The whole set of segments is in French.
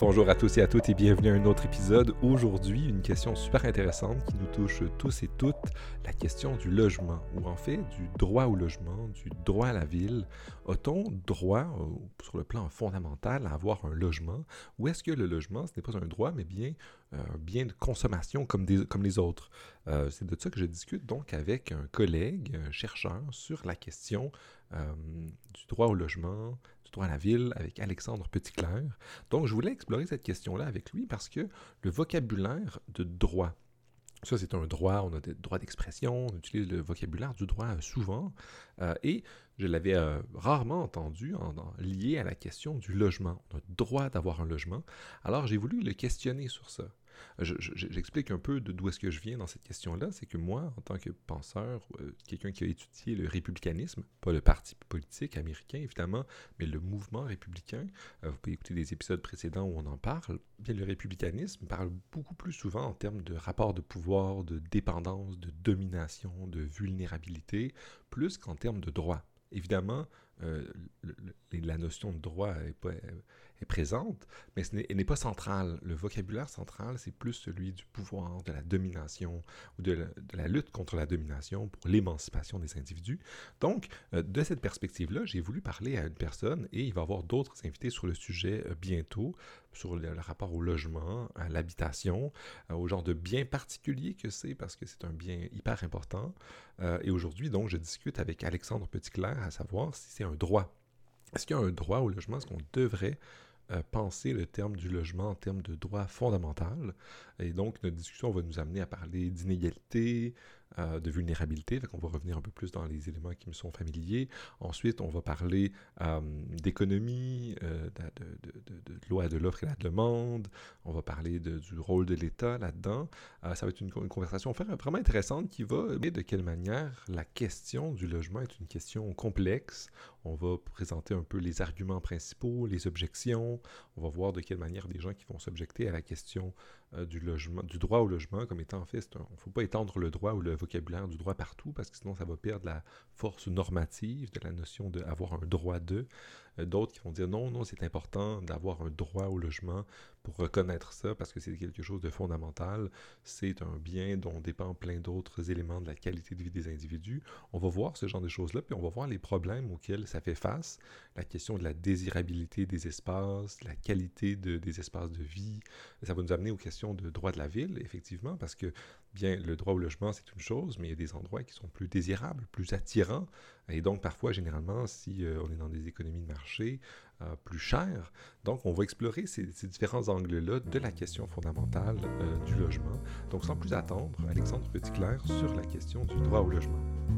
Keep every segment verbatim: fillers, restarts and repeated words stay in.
Bonjour à tous et à toutes et bienvenue à un autre épisode. Aujourd'hui, une question super intéressante qui nous touche tous et toutes, la question du logement, ou en fait du droit au logement, du droit à la ville. A-t-on droit, euh, sur le plan fondamental, à avoir un logement, ou est-ce que le logement, ce n'est pas un droit, mais bien euh, un bien de consommation comme, des, comme les autres? Euh, c'est de ça que je discute donc avec un collègue, un chercheur, sur la question euh, du droit au logement, du droit à la ville, avec Alexandre Petitclerc. Donc, je voulais explorer cette question-là avec lui parce que le vocabulaire de droit, ça c'est un droit, on a des droits d'expression, on utilise le vocabulaire du droit euh, souvent, euh, et je l'avais euh, rarement entendu en, en, lié à la question du logement. On a le droit d'avoir un logement. Alors, j'ai voulu le questionner sur ça. Je, je, j'explique un peu d'où est-ce que je viens dans cette question-là. C'est que moi, en tant que penseur, euh, quelqu'un qui a étudié le républicanisme, pas le parti politique américain évidemment, mais le mouvement républicain, euh, vous pouvez écouter des épisodes précédents où on en parle, bien le républicanisme parle beaucoup plus souvent en termes de rapport de pouvoir, de dépendance, de domination, de vulnérabilité, plus qu'en termes de droit. Évidemment, euh, le, le, la notion de droit est, pas, est présente, mais ce n'est, elle n'est pas centrale. Le vocabulaire central, c'est plus celui du pouvoir, de la domination, ou de la, de la lutte contre la domination pour l'émancipation des individus. Donc, euh, de cette perspective-là, j'ai voulu parler à une personne, et il va y avoir d'autres invités sur le sujet euh, bientôt, sur le, le rapport au logement, à l'habitation, euh, au genre de bien particulier que c'est, parce que c'est un bien hyper important. Euh, et aujourd'hui, donc, je discute avec Alexandre Petitclerc à savoir si c'est un droit. Est-ce qu'il y a un droit au logement? Est-ce qu'on devrait euh, penser le terme du logement en termes de droit fondamental? Et donc, notre discussion va nous amener à parler d'inégalité, euh, de vulnérabilité. Fait qu'on va revenir un peu plus dans les éléments qui me sont familiers. Ensuite, on va parler euh, d'économie, euh, de, de, de, de, de loi de l'offre et la demande. On va parler de, du rôle de l'État là-dedans. Euh, ça va être une, une conversation vraiment intéressante qui va mais de quelle manière la question du logement est une question complexe. On va présenter un peu les arguments principaux, les objections. On va voir de quelle manière des gens qui vont s'objecter à la question euh, du logement, du droit au logement, comme étant en fait, il ne faut pas étendre le droit ou le vocabulaire du droit partout, parce que sinon ça va perdre la force normative de la notion d'avoir un droit de. Euh, d'autres qui vont dire non, non, c'est important d'avoir un droit au logement pour reconnaître ça, parce que c'est quelque chose de fondamental. C'est un bien dont dépend plein d'autres éléments de la qualité de vie des individus. On va voir ce genre de choses-là, puis on va voir les problèmes auxquels ça fait face, la question de la désirabilité des espaces, la qualité de, des espaces de vie. Ça va nous amener aux questions de droit de la ville, effectivement, parce que, bien, le droit au logement, c'est une chose, mais il y a des endroits qui sont plus désirables, plus attirants, et donc parfois, généralement, si euh, on est dans des économies de marché, euh, plus chères. Donc, on va explorer ces, ces différents angles-là de la question fondamentale euh, du logement. Donc, sans plus attendre, Alexandre Petitclerc sur la question du droit au logement.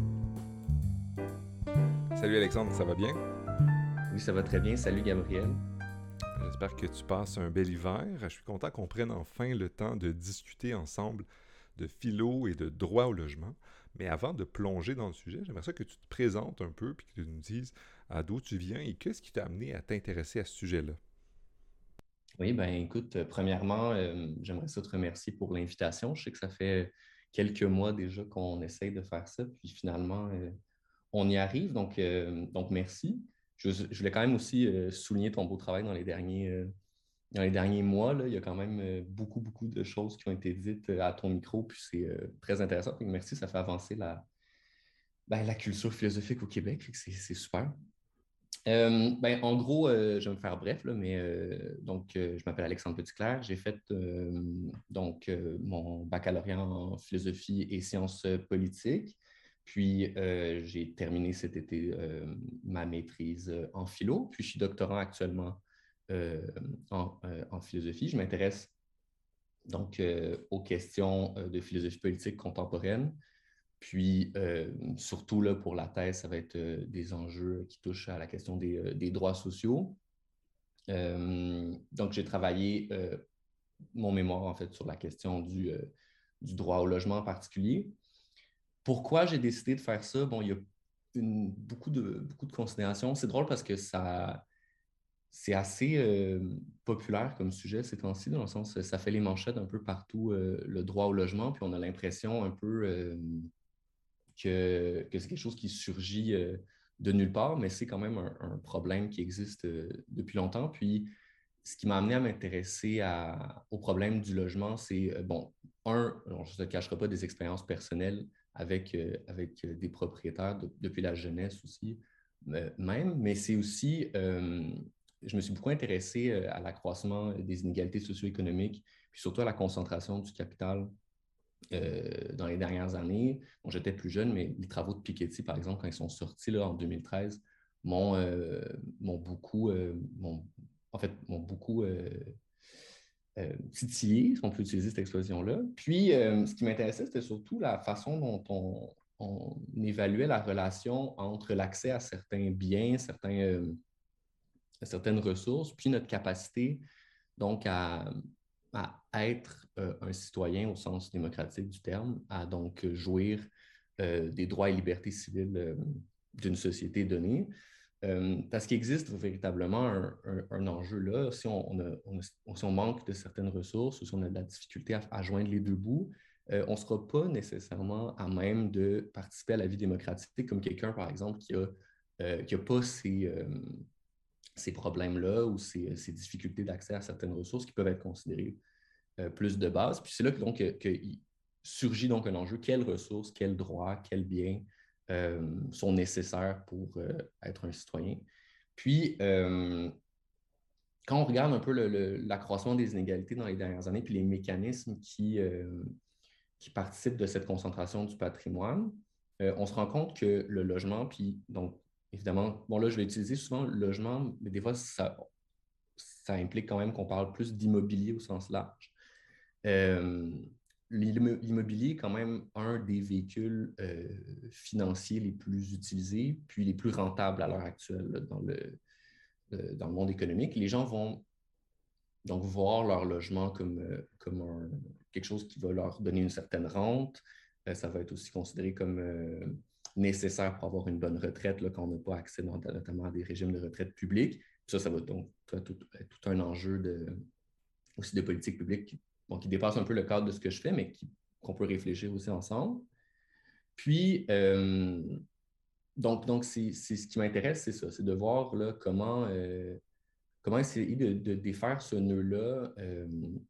Salut Alexandre, ça va bien? Oui, ça va très bien. Salut Gabriel. J'espère que tu passes un bel hiver. Je suis content qu'on prenne enfin le temps de discuter ensemble de philo et de droit au logement. Mais avant de plonger dans le sujet, j'aimerais ça que tu te présentes un peu puis que tu nous dises à d'où tu viens et qu'est-ce qui t'a amené à t'intéresser à ce sujet-là. Oui, ben écoute, euh, premièrement, euh, j'aimerais ça te remercier pour l'invitation. Je sais que ça fait quelques mois déjà qu'on essaye de faire ça, puis finalement, euh, on y arrive. Donc, euh, donc merci. Je, je voulais quand même aussi euh, souligner ton beau travail dans les derniers, euh, dans les derniers mois. Là. Il y a quand même euh, beaucoup, beaucoup de choses qui ont été dites euh, à ton micro, puis c'est euh, très intéressant. Donc, merci, ça fait avancer la, ben, la culture philosophique au Québec. Fait que C'est c'est super. Euh, ben, en gros, euh, je vais me faire bref, là, mais euh, donc, euh, je m'appelle Alexandre Petitclerc. J'ai fait euh, donc, euh, mon baccalauréat en philosophie et sciences politiques. Puis, euh, j'ai terminé cet été euh, ma maîtrise en philo. Puis, je suis doctorant actuellement euh, en, euh, en philosophie. Je m'intéresse donc euh, aux questions euh, de philosophie politique contemporaine. Puis, euh, surtout là, pour la thèse, ça va être euh, des enjeux qui touchent à la question des, euh, des droits sociaux. Euh, donc, j'ai travaillé euh, mon mémoire, en fait, sur la question du, euh, du droit au logement en particulier. Pourquoi j'ai décidé de faire ça? Bon, il y a une, beaucoup de, beaucoup de considérations. C'est drôle parce que ça, c'est assez euh, populaire comme sujet ces temps-ci, dans le sens ça fait les manchettes un peu partout, euh, le droit au logement, puis on a l'impression un peu... Euh, que, que c'est quelque chose qui surgit euh, de nulle part, mais c'est quand même un, un problème qui existe euh, depuis longtemps. Puis, ce qui m'a amené à m'intéresser à, au problème du logement, c'est, euh, bon, un, alors, je ne te cacherai pas des expériences personnelles avec, euh, avec des propriétaires de- depuis la jeunesse aussi, euh, même, mais c'est aussi, euh, je me suis beaucoup intéressé euh, à l'accroissement des inégalités socio-économiques, puis surtout à la concentration du capital euh, dans les dernières années. Bon, j'étais plus jeune, mais les travaux de Piketty, par exemple, quand ils sont sortis là, en deux mille treize, m'ont euh, m'ont beaucoup, euh, m'ont- en fait, m'ont beaucoup euh, euh, titillé, si on peut utiliser cette expression-là. Puis, euh, ce qui m'intéressait, c'était surtout la façon dont on, on évaluait la relation entre l'accès à certains biens, certains, euh, certaines ressources, puis notre capacité donc à, à être euh, un citoyen au sens démocratique du terme, à donc jouir euh, des droits et libertés civiles euh, d'une société donnée. Euh, parce qu'il existe véritablement un, un, un enjeu là. Si on, on, a, on a, si on manque de certaines ressources ou si on a de la difficulté à, à joindre les deux bouts, euh, on ne sera pas nécessairement à même de participer à la vie démocratique comme quelqu'un, par exemple, qui n'a euh, qui a pas ces, euh, ces problèmes-là ou ces, ces difficultés d'accès à certaines ressources qui peuvent être considérées euh, plus de base. Puis c'est là que, donc, que, que surgit donc un enjeu. Quelles ressources, quels droits, quels biens euh, sont nécessaires pour euh, être un citoyen? Puis, euh, quand on regarde un peu le, le, l'accroissement des inégalités dans les dernières années, puis les mécanismes qui, euh, qui participent de cette concentration du patrimoine, euh, on se rend compte que le logement, puis donc, évidemment, bon là, je vais utiliser souvent le logement, mais des fois, ça, ça implique quand même qu'on parle plus d'immobilier au sens large. Euh, L'immobilier est quand même un des véhicules euh, financiers les plus utilisés, puis les plus rentables à l'heure actuelle là, dans le, le, dans le monde économique. Les gens vont donc voir leur logement comme, euh, comme un, quelque chose qui va leur donner une certaine rente. Euh, ça va être aussi considéré comme euh, nécessaire pour avoir une bonne retraite là, quand on n'a pas accès notamment à des régimes de retraite publics. Ça, ça va donc tout, tout, tout un enjeu de, aussi de politique publique qui, bon, qui dépasse un peu le cadre de ce que je fais, mais qui, qu'on peut réfléchir aussi ensemble. Puis, euh, donc, donc c'est, c'est ce qui m'intéresse, c'est ça, c'est de voir là, comment, euh, comment essayer de, de défaire ce nœud-là euh,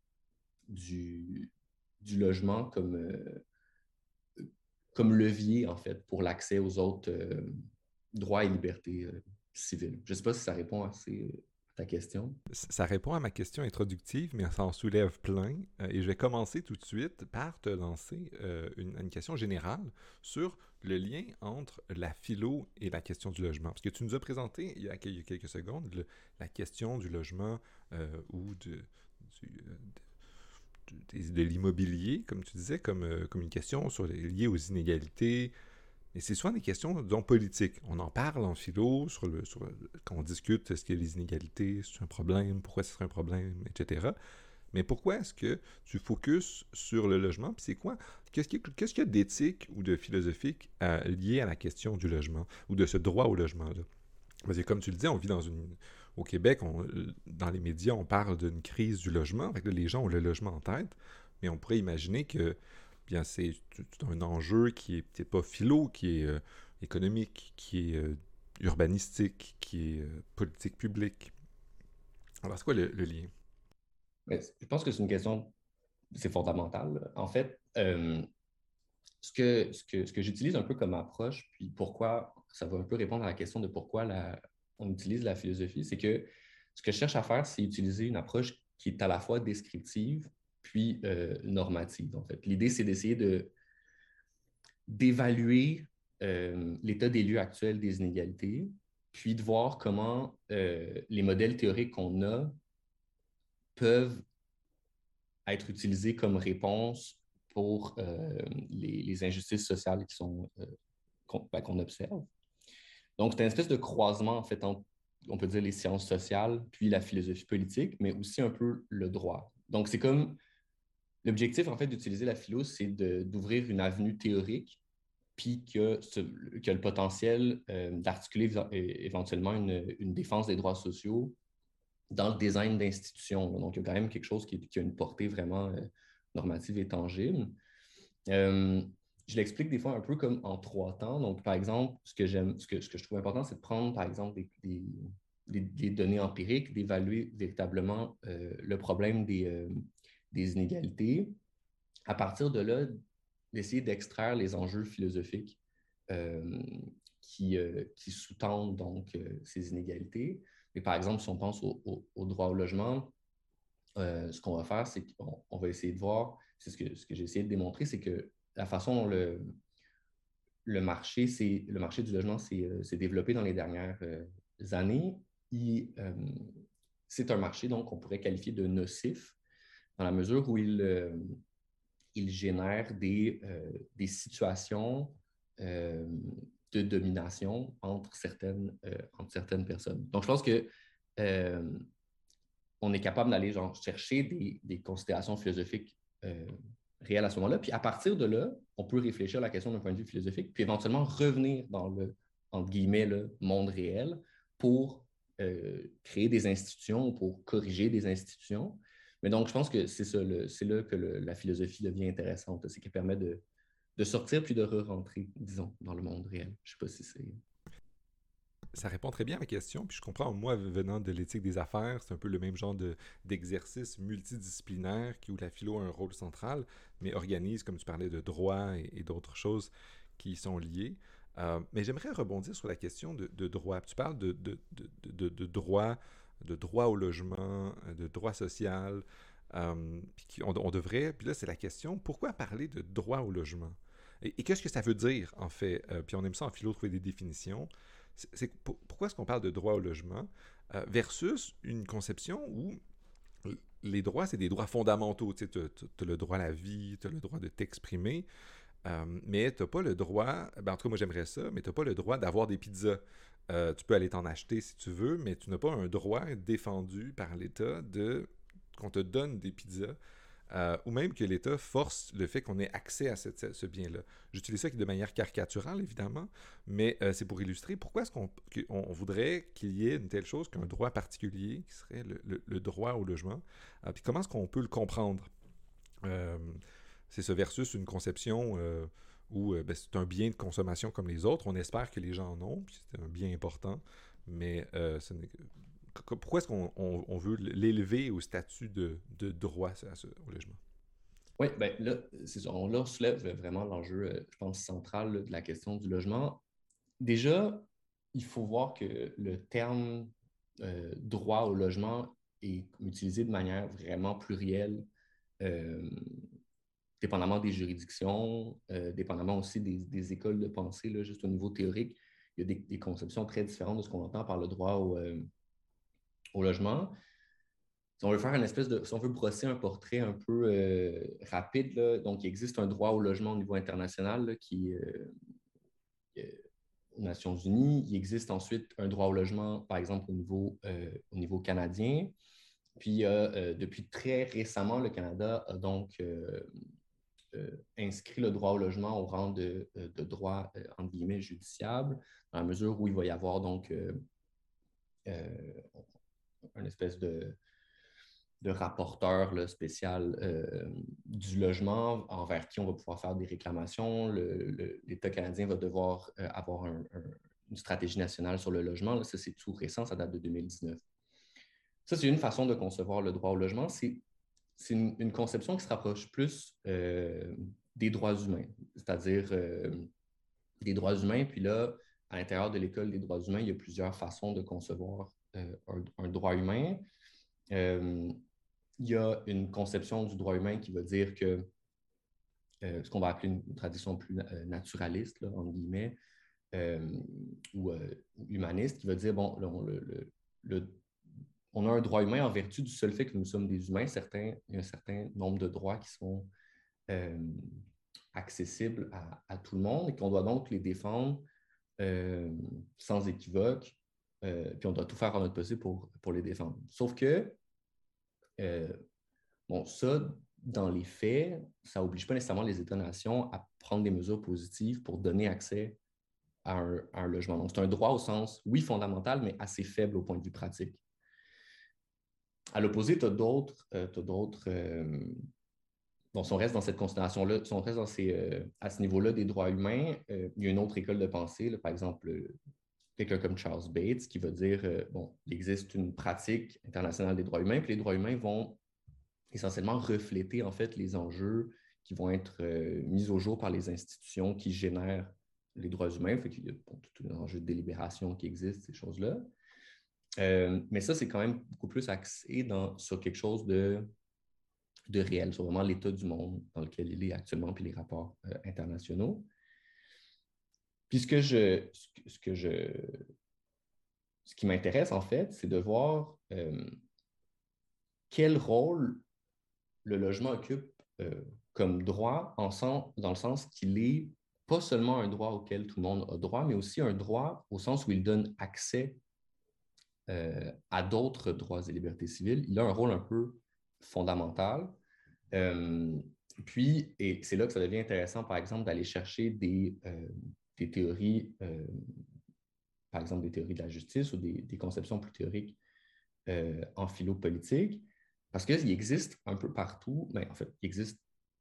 du, du logement comme, euh, comme levier, en fait, pour l'accès aux autres euh, droits et libertés euh, civiles. Je ne sais pas si ça répond assez à ta question. Ça répond à ma question introductive, mais ça en soulève plein. Euh, et je vais commencer tout de suite par te lancer euh, une, une question générale sur le lien entre la philo et la question du logement. Parce que tu nous as présenté il y a quelques secondes le, la question du logement euh, ou de, du, euh, de, de, de l'immobilier, comme tu disais, comme, euh, comme une question sur les, liée aux inégalités. Et c'est souvent des questions, disons, politiques. On en parle en philo, sur le, sur, quand on discute, est-ce que les inégalités, c'est un problème, pourquoi ce serait un problème, et cetera. Mais pourquoi est-ce que tu focuses sur le logement? Puis c'est quoi? Qu'est-ce qu'il y a, qu'est-ce qu'il y a d'éthique ou de philosophique à, lié à la question du logement, ou de ce droit au logement-là? Parce que comme tu le dis, on vit dans une... Au Québec, on, dans les médias, on parle d'une crise du logement. Fait que là, les gens ont le logement en tête, mais on pourrait imaginer que bien c'est un enjeu qui est peut-être pas philo, qui est euh, économique, qui est euh, urbanistique, qui est euh, politique publique. Alors, c'est quoi le, le lien? Mais je pense que c'est une question, c'est fondamental. En fait, euh, ce que, ce que, ce que j'utilise un peu comme approche, puis pourquoi, ça va un peu répondre à la question de pourquoi la, on utilise la philosophie, c'est que ce que je cherche à faire, c'est utiliser une approche qui est à la fois descriptive puis euh, normative, en fait. L'idée, c'est d'essayer de, d'évaluer euh, l'état des lieux actuels des inégalités, puis de voir comment euh, les modèles théoriques qu'on a peuvent être utilisés comme réponse pour euh, les, les, injustices sociales qui sont, euh, qu'on, ben, qu'on observe. Donc, c'est une espèce de croisement, en fait, entre, on peut dire, les sciences sociales, puis la philosophie politique, mais aussi un peu le droit. Donc, c'est comme, l'objectif, en fait, d'utiliser la philo, c'est de, d'ouvrir une avenue théorique, puis qui a, ce, qui a le potentiel euh, d'articuler éventuellement une, une défense des droits sociaux dans le design d'institutions. Donc, il y a quand même quelque chose qui, qui a une portée vraiment euh, normative et tangible. Euh, je l'explique des fois un peu comme en trois temps. Donc, par exemple, ce que j'aime, ce que, ce que je trouve important, c'est de prendre, par exemple, des, des, des, des données empiriques, d'évaluer véritablement euh, le problème des, euh, des inégalités. À partir de là, d'essayer d'extraire les enjeux philosophiques euh, qui, euh, qui sous-tendent donc euh, ces inégalités. Mais par exemple, si on pense au, au, au droit au logement, euh, ce qu'on va faire, c'est qu'on on va essayer de voir, c'est ce que, ce que j'ai essayé de démontrer, c'est que la façon dont le, le marché, c'est, le marché du logement s'est euh, développé dans les dernières euh, années. Il, euh, c'est un marché donc qu'on pourrait qualifier de nocif dans la mesure où il, euh, il génère des, euh, des situations euh, de domination entre certaines, euh, entre certaines personnes. Donc, je pense que euh, on est capable d'aller chercher des, des, considérations philosophiques euh, réelles à ce moment-là. Puis à partir de là, on peut réfléchir à la question d'un point de vue philosophique, puis éventuellement revenir dans le, entre guillemets, le monde réel pour euh, créer des institutions, pour corriger des institutions. Mais donc, je pense que c'est ça, c'est là que le, la philosophie devient intéressante. C'est qu'elle permet de, de sortir puis de re-rentrer, disons, dans le monde réel. Je ne sais pas si c'est... Ça répond très bien à ma question, puis je comprends, moi, venant de l'éthique des affaires, c'est un peu le même genre de, d'exercice multidisciplinaire qui, où la philo a un rôle central, mais organise, comme tu parlais, de droit et, et d'autres choses qui y sont liées. Euh, mais j'aimerais rebondir sur la question de, de droit. Tu parles de, de, de, de, de droit, de droit au logement, de droit social, euh, puis on, on devrait, puis là, c'est la question, pourquoi parler de droit au logement? Et, et qu'est-ce que ça veut dire, en fait? Euh, puis on aime ça en philo, trouver des définitions. C'est, c'est, pour, pourquoi est-ce qu'on parle de droit au logement euh, versus une conception où les droits, c'est des droits fondamentaux. Tu as le droit à la vie, tu as le droit de t'exprimer, euh, mais tu n'as pas le droit, ben en tout cas moi j'aimerais ça, mais tu n'as pas le droit d'avoir des pizzas. Euh, tu peux aller t'en acheter si tu veux, mais tu n'as pas un droit défendu par l'État de qu'on te donne des pizzas. Euh, ou même que l'État force le fait qu'on ait accès à cette, ce bien-là. J'utilise ça de manière caricaturale, évidemment, mais euh, c'est pour illustrer pourquoi est-ce qu'on on voudrait qu'il y ait une telle chose qu'un droit particulier, qui serait le, le, le droit au logement, euh, puis comment est-ce qu'on peut le comprendre? Euh, c'est ce versus une conception euh, où euh, ben, c'est un bien de consommation comme les autres. On espère que les gens en ont, puis c'est un bien important, mais euh, ce n'est pourquoi est-ce qu'on on, on veut l'élever au statut de, de droit à ce, au logement? Oui, bien là, c'est ça. On là, soulève vraiment l'enjeu, euh, je pense, central là, de la question du logement. Déjà, il faut voir que le terme euh, droit au logement est utilisé de manière vraiment plurielle, euh, dépendamment des juridictions, euh, dépendamment aussi des, des écoles de pensée, là, juste au niveau théorique. Il y a des, des conceptions très différentes de ce qu'on entend par le droit au, euh, au logement. Si on veut faire une espèce de, si on veut brosser un portrait un peu euh, rapide, là, donc il existe un droit au logement au niveau international là, qui, euh, euh, aux Nations Unies. Il existe ensuite un droit au logement, par exemple, au niveau, euh, au niveau canadien. Puis, euh, euh, depuis très récemment, le Canada a donc euh, euh, inscrit le droit au logement au rang de, de droit, euh, entre guillemets, judiciable, dans la mesure où il va y avoir donc euh, euh, une espèce de de rapporteur là, spécial euh, du logement envers qui on va pouvoir faire des réclamations. L'État canadien va devoir euh, avoir un, un, une stratégie nationale sur le logement. Là, ça, c'est tout récent, ça date de deux mille dix-neuf. Ça, c'est une façon de concevoir le droit au logement. C'est une, une conception qui se rapproche plus euh, des droits humains, c'est-à-dire euh, des droits humains. Puis là, à l'intérieur de l'École des droits humains, il y a plusieurs façons de concevoir euh, un, un droit humain. Euh, il y a une conception du droit humain qui va dire que euh, ce qu'on va appeler une, une tradition plus euh, naturaliste, là, entre guillemets, euh, ou euh, humaniste, qui va dire, bon, là, on, le, le, le, on a un droit humain en vertu du seul fait que nous sommes des humains. Certains, il y a un certain nombre de droits qui sont euh, accessibles à, à, tout le monde et qu'on doit donc les défendre euh, sans équivoque. Euh, puis on doit tout faire en notre possible pour, pour les défendre. Sauf que euh, bon, ça, dans les faits, ça n'oblige pas nécessairement les États-nations à prendre des mesures positives pour donner accès à un, à un logement. Donc, c'est un droit au sens, oui, fondamental, mais assez faible au point de vue pratique. À l'opposé, tu as d'autres, euh, t'as d'autres euh, bon, si on reste dans cette considération-là, si on reste dans ces, euh, à ce niveau-là des droits humains, euh, il y a une autre école de pensée, là, par exemple, quelqu'un comme Charles Bates qui va dire, euh, bon, il existe une pratique internationale des droits humains, puis les droits humains vont essentiellement refléter en fait les enjeux qui vont être euh, mis au jour par les institutions qui génèrent les droits humains. Fait qu'il y a bon, tout un enjeu de délibération qui existe, ces choses-là. Euh, mais ça, c'est quand même beaucoup plus axé dans, sur quelque chose de, de réel, sur vraiment l'état du monde dans lequel il est actuellement, puis les rapports euh, internationaux. Puis ce que je, ce que je, ce qui m'intéresse en fait, c'est de voir euh, quel rôle le logement occupe euh, comme droit en sens, dans le sens qu'il est pas seulement un droit auquel tout le monde a droit, mais aussi un droit au sens où il donne accès euh, à d'autres droits et libertés civiles. Il a un rôle un peu fondamental. Euh, puis, et c'est là que ça devient intéressant, par exemple, d'aller chercher des, euh, des théories, euh, par exemple des théories de la justice ou des, des conceptions plus théoriques euh, en philo-politique, parce qu'il existe un peu partout, mais en fait, il existe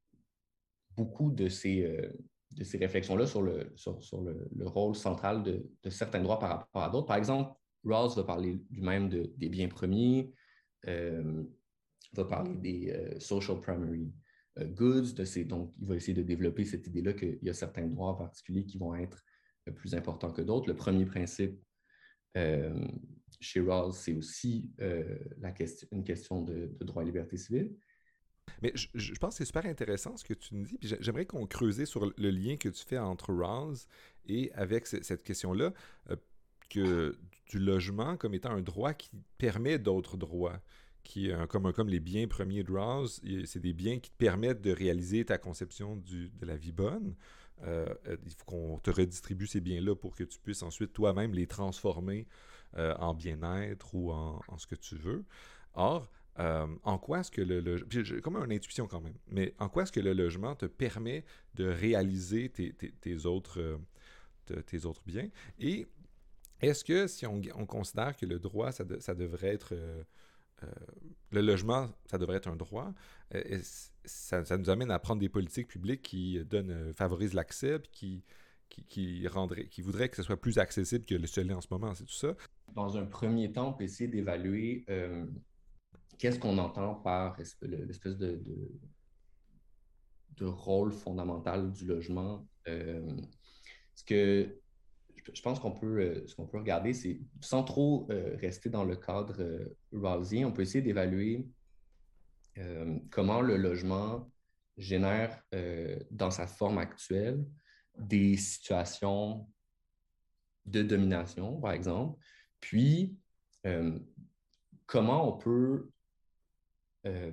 beaucoup de ces, euh, de ces réflexions-là sur, le, sur, sur le, le, rôle central de, de, certains droits par rapport à d'autres. Par exemple, Rawls va parler lui-même de, des biens premiers, euh, va parler des euh, social primary euh, goods, de ces, donc il va essayer de développer cette idée-là qu'il y a certains droits en particulier qui vont être plus importants que d'autres. Le premier principe euh, chez Rawls, c'est aussi euh, la question, une question de, de droit et liberté civile. Mais je, je, pense que c'est super intéressant ce que tu nous dis. Puis j'aimerais qu'on creusait sur le lien que tu fais entre Rawls et avec c- cette question-là, euh, que du logement comme étant un droit qui permet d'autres droits. Qui, euh, comme, comme les biens premiers de Rawls, c'est des biens qui te permettent de réaliser ta conception du, de la vie bonne. Euh, il faut qu'on te redistribue ces biens-là pour que tu puisses ensuite toi-même les transformer euh, en bien-être ou en, en ce que tu veux. Or, euh, en quoi est-ce que le logement... J'ai comme une intuition quand même, mais en quoi est-ce que le logement te permet de réaliser tes, tes, tes autres, euh, tes autres biens? Et est-ce que si on, on considère que le droit, ça, de, ça devrait être... Euh, euh, le logement, ça devrait être un droit, euh, ça, ça nous amène à prendre des politiques publiques qui donnent, euh, favorisent l'accès, puis qui, qui, qui, rendrait, qui voudraient que ce soit plus accessible que le seul en ce moment, c'est tout ça? Dans un premier temps, on peut essayer d'évaluer euh, qu'est-ce qu'on entend par l'espèce de, de, de rôle fondamental du logement. Euh, ce que je pense qu'on peut, euh, ce qu'on peut regarder, c'est sans trop euh, rester dans le cadre euh, Rawlsien, on peut essayer d'évaluer euh, comment le logement génère euh, dans sa forme actuelle des situations de domination, par exemple, puis euh, comment on peut euh,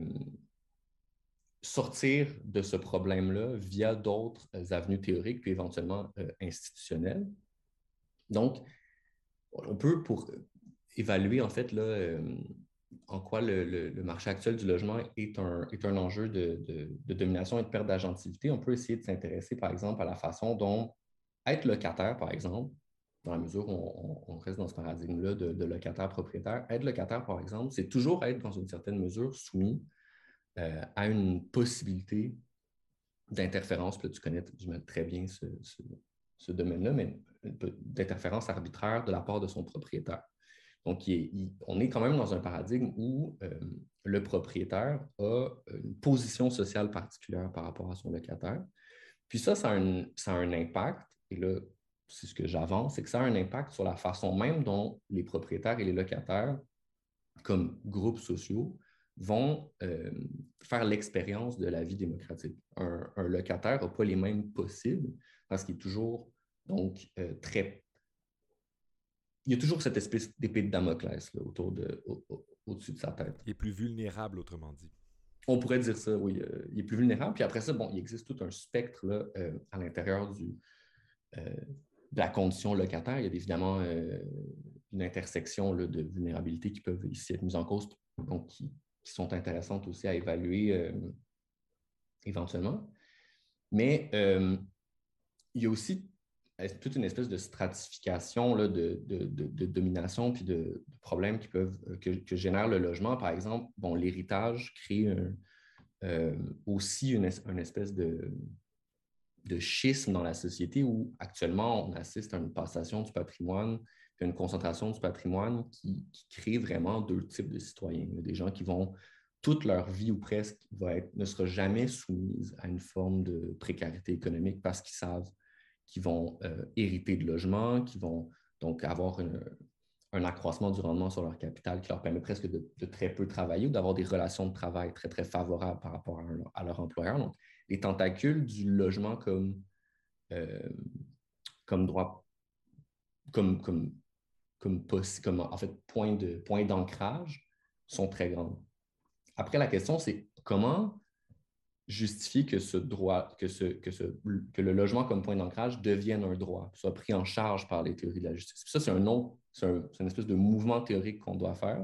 sortir de ce problème-là via d'autres avenues théoriques puis éventuellement euh, institutionnelles. Donc, on peut, pour évaluer en fait là, euh, en quoi le, le, le, marché actuel du logement est un, est un enjeu de, de, de domination et de perte d'agentivité, on peut essayer de s'intéresser par exemple à la façon dont être locataire, par exemple, dans la mesure où on, on reste dans ce paradigme-là de, de locataire-propriétaire, être locataire, par exemple, c'est toujours être dans une certaine mesure soumis euh, à une possibilité d'interférence. Puis là, tu connais très bien ce, ce, ce domaine-là, mais d'interférence arbitraire de la part de son propriétaire. Donc, il est, il, on est quand même dans un paradigme où euh, le propriétaire a une position sociale particulière par rapport à son locataire. Puis ça, ça a un, ça a un impact, et là, c'est ce que j'avance, c'est que ça a un impact sur la façon même dont les propriétaires et les locataires, comme groupes sociaux, vont euh, faire l'expérience de la vie démocratique. Un, un locataire n'a pas les mêmes possibles parce qu'il est toujours donc euh, très... Il y a toujours cette espèce d'épée de Damoclès là, autour de, au, au, au-dessus de sa tête. Il est plus vulnérable, autrement dit. On pourrait dire ça, oui. Euh, il est plus vulnérable. Puis après ça, bon, il existe tout un spectre là, euh, à l'intérieur du, euh, de la condition locataire. Il y a évidemment euh, une intersection là, de vulnérabilités qui peuvent ici être mises en cause, donc qui, qui sont intéressantes aussi à évaluer euh, éventuellement. Mais euh, il y a aussi toute une espèce de stratification là, de, de, de, de domination puis de, de problèmes qui peuvent, que, que génère le logement. Par exemple, bon, l'héritage crée un, euh, aussi une, une espèce de, de schisme dans la société où actuellement on assiste à une passation du patrimoine il y a une concentration du patrimoine qui, qui crée vraiment deux types de citoyens. Il y a des gens qui vont, toute leur vie ou presque, va être, ne sera jamais soumise à une forme de précarité économique parce qu'ils savent qu'ils vont euh, hériter de logements, qu'ils vont donc avoir une, un accroissement du rendement sur leur capital qui leur permet presque de, de très peu travailler ou d'avoir des relations de travail très, très favorables par rapport à, leur, à leur employeur. Donc, les tentacules du logement comme, euh, comme droit, comme, comme, comme, comme en fait point de, point d'ancrage sont très grandes. Après, la question, c'est comment justifier que ce droit, que, ce, que, ce, que le logement comme point d'ancrage devienne un droit, soit pris en charge par les théories de la justice. Puis ça, c'est un autre, c'est, un, c'est une espèce de mouvement théorique qu'on doit faire.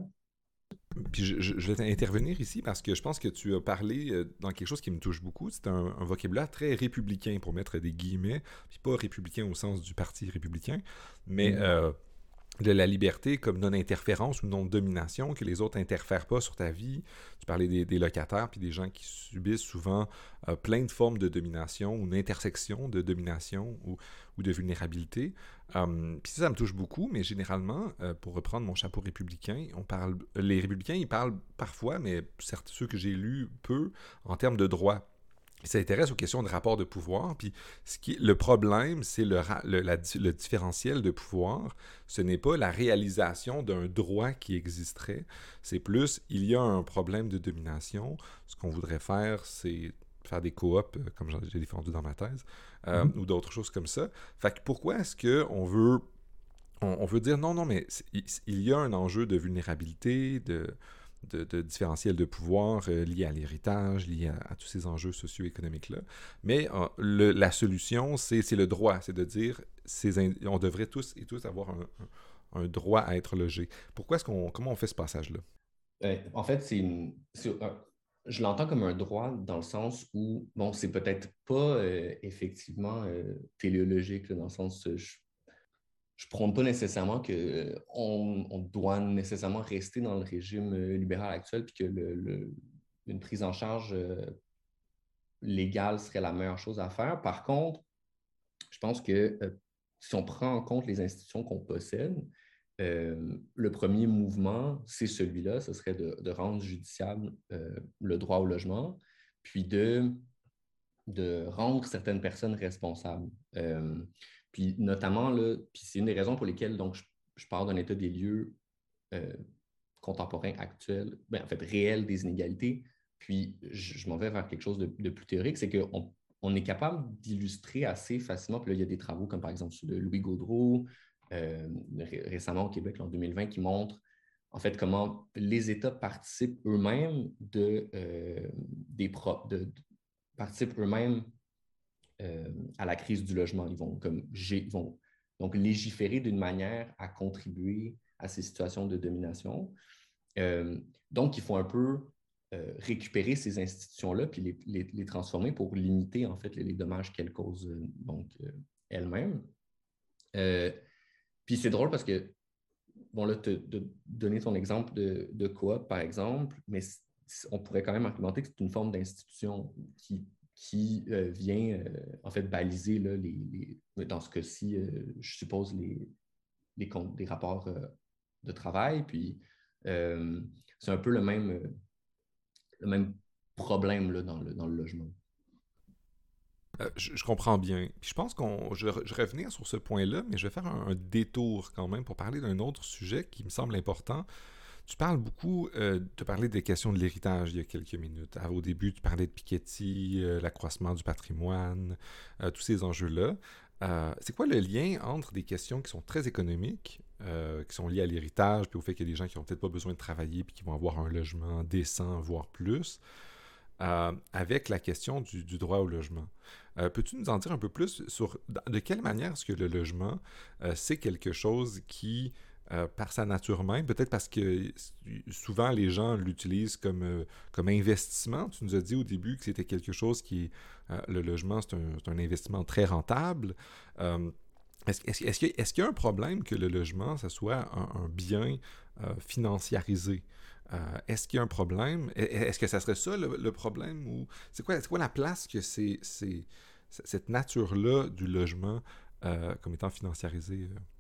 Puis je, je, je vais intervenir ici parce que je pense que tu as parlé euh, dans quelque chose qui me touche beaucoup. C'est un, un vocabulaire très républicain, pour mettre des guillemets, puis pas républicain au sens du parti républicain, mais mmh. euh, de la liberté comme non-interférence ou non-domination, que les autres n'interfèrent pas sur ta vie. Tu parlais des, des locataires puis des gens qui subissent souvent euh, plein de formes de domination ou une intersection de domination ou, ou de vulnérabilité. Um, puis ça, ça me touche beaucoup, mais généralement, euh, pour reprendre mon chapeau républicain, on parle, les républicains, ils parlent parfois, mais certes, ceux que j'ai lus peu, en termes de droit. Ils s'intéressent aux questions de rapport de pouvoir, puis ce qui, le problème, c'est le, le, la, le différentiel de pouvoir. Ce n'est pas la réalisation d'un droit qui existerait, c'est plus, il y a un problème de domination. Ce qu'on voudrait faire, c'est faire des coops, comme j'ai défendu dans ma thèse, euh, mm-hmm. ou d'autres choses comme ça. Fait que pourquoi est-ce qu'on veut, on, on veut dire non, non, mais il y a un enjeu de vulnérabilité, de... De, de différentiel de pouvoir euh, lié à l'héritage, lié à, à tous ces enjeux socio-économiques-là. Mais euh, le, la solution, c'est, c'est le droit, c'est de dire ces in- on devrait tous et tous avoir un, un, un droit à être logé. Pourquoi est-ce qu'on, comment on fait ce passage-là? Euh, en fait, c'est une, c'est un, je l'entends comme un droit dans le sens où, bon, c'est peut-être pas euh, effectivement euh, téléologique, là, dans le sens où je Je ne prône pas nécessairement qu'on on doit nécessairement rester dans le régime libéral actuel puis que le, le, une prise en charge légale serait la meilleure chose à faire. Par contre, je pense que euh, si on prend en compte les institutions qu'on possède, euh, le premier mouvement, c'est celui-là, ce serait de, de rendre judiciable euh, le droit au logement, puis de, de rendre certaines personnes responsables. Euh, Puis notamment, là, puis c'est une des raisons pour lesquelles donc, je, je pars d'un état des lieux euh, contemporain, actuel, ben, en fait réel des inégalités, puis je, je m'en vais vers quelque chose de, de plus théorique, c'est qu'on on est capable d'illustrer assez facilement, puis là, il y a des travaux comme par exemple ceux de Louis Gaudreault, euh, ré- récemment au Québec, en deux mille vingt, qui montrent en fait comment les États participent eux-mêmes de, euh, des pro- de, de, participent eux-mêmes Euh, à la crise du logement. Ils vont, comme, ils vont donc légiférer d'une manière à contribuer à ces situations de domination. Euh, donc, il faut un peu euh, récupérer ces institutions-là puis les, les, les, transformer pour limiter en fait les, les dommages qu'elles causent euh, donc, euh, elles-mêmes. Euh, puis c'est drôle parce que, bon là, te, de donner ton exemple de, de coop, par exemple, mais on pourrait quand même argumenter que c'est une forme d'institution qui qui euh, vient euh, en fait baliser là, les, les, dans ce cas-ci, euh, je suppose, les, les, les rapports euh, de travail. Puis euh, c'est un peu le même, euh, le même problème là, dans, le, dans le logement. Euh, je, je comprends bien. Puis je pense qu'on. Je, je vais revenir sur ce point-là, mais je vais faire un, un détour quand même pour parler d'un autre sujet qui me semble important. Tu parles beaucoup, euh, tu parlais des questions de l'héritage il y a quelques minutes. Alors, au début, tu parlais de Piketty, euh, l'accroissement du patrimoine, euh, tous ces enjeux-là. Euh, c'est quoi le lien entre des questions qui sont très économiques, euh, qui sont liées à l'héritage, puis au fait qu'il y a des gens qui n'ont peut-être pas besoin de travailler, puis qui vont avoir un logement décent, voire plus, euh, avec la question du, du droit au logement? Euh, peux-tu nous en dire un peu plus sur de quelle manière est-ce que le logement, euh, c'est quelque chose qui... Euh, par sa nature même, peut-être parce que souvent les gens l'utilisent comme, euh, comme investissement. Tu nous as dit au début que c'était quelque chose qui est... Euh, le logement, c'est un, c'est un investissement très rentable. Euh, est-ce, est-ce, est-ce, qu'il y a, est-ce qu'il y a un problème que le logement, ça soit un, un bien euh, financiarisé? Euh, est-ce qu'il y a un problème? Est-ce que ça serait ça le, le problème? Ou c'est quoi, c'est quoi la place que c'est, c'est, cette nature-là du logement euh, comme étant financiarisé?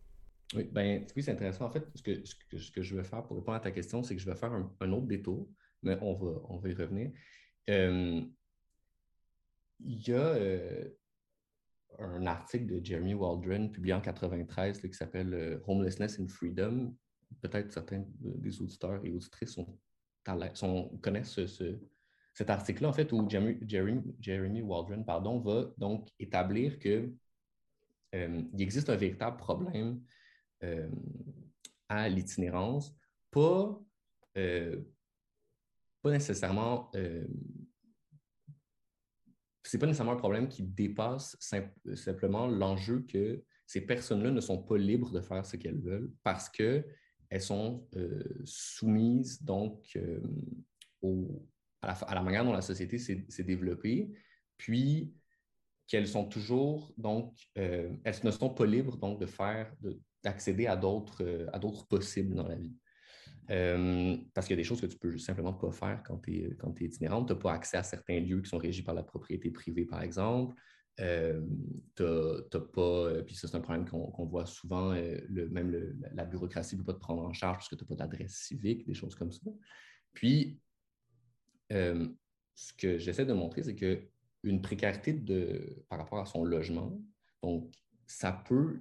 Oui, ben, oui, c'est intéressant. En fait, ce que, ce que, ce que je veux faire pour répondre à ta question, c'est que je vais faire un, un autre détour, mais on va, on va y revenir. Euh, Il y a euh, un article de Jeremy Waldron publié en quatre-vingt-treize là, qui s'appelle euh, Homelessness and Freedom. Peut-être certains des auditeurs et auditrices sont, sont, connaissent ce, ce, cet article-là, en fait, où Jeremy, Jeremy, Jeremy Waldron pardon, va donc établir que euh, il existe un véritable problème euh, à l'itinérance, pas, euh, pas nécessairement euh, c'est pas nécessairement un problème qui dépasse simple, simplement l'enjeu que ces personnes-là ne sont pas libres de faire ce qu'elles veulent parce qu'elles sont euh, soumises donc euh, au, à, la, à, la, manière dont la société s'est, s'est développée, puis qu'elles sont toujours donc euh, elles ne sont pas libres donc de faire de, d'accéder à d'autres euh, à d'autres possibles dans la vie. Euh, parce qu'il y a des choses que tu peux simplement pas faire quand tu es, quand tu es itinérante. Tu n'as pas accès à certains lieux qui sont régis par la propriété privée, par exemple. Euh, t'as, t'as pas, puis ça, c'est un problème qu'on, qu'on voit souvent, euh, le, même le, la bureaucratie ne peut pas te prendre en charge parce que tu n'as pas d'adresse civique, des choses comme ça. Puis, euh, ce que j'essaie de montrer, c'est qu'une précarité de, par rapport à son logement, donc, ça peut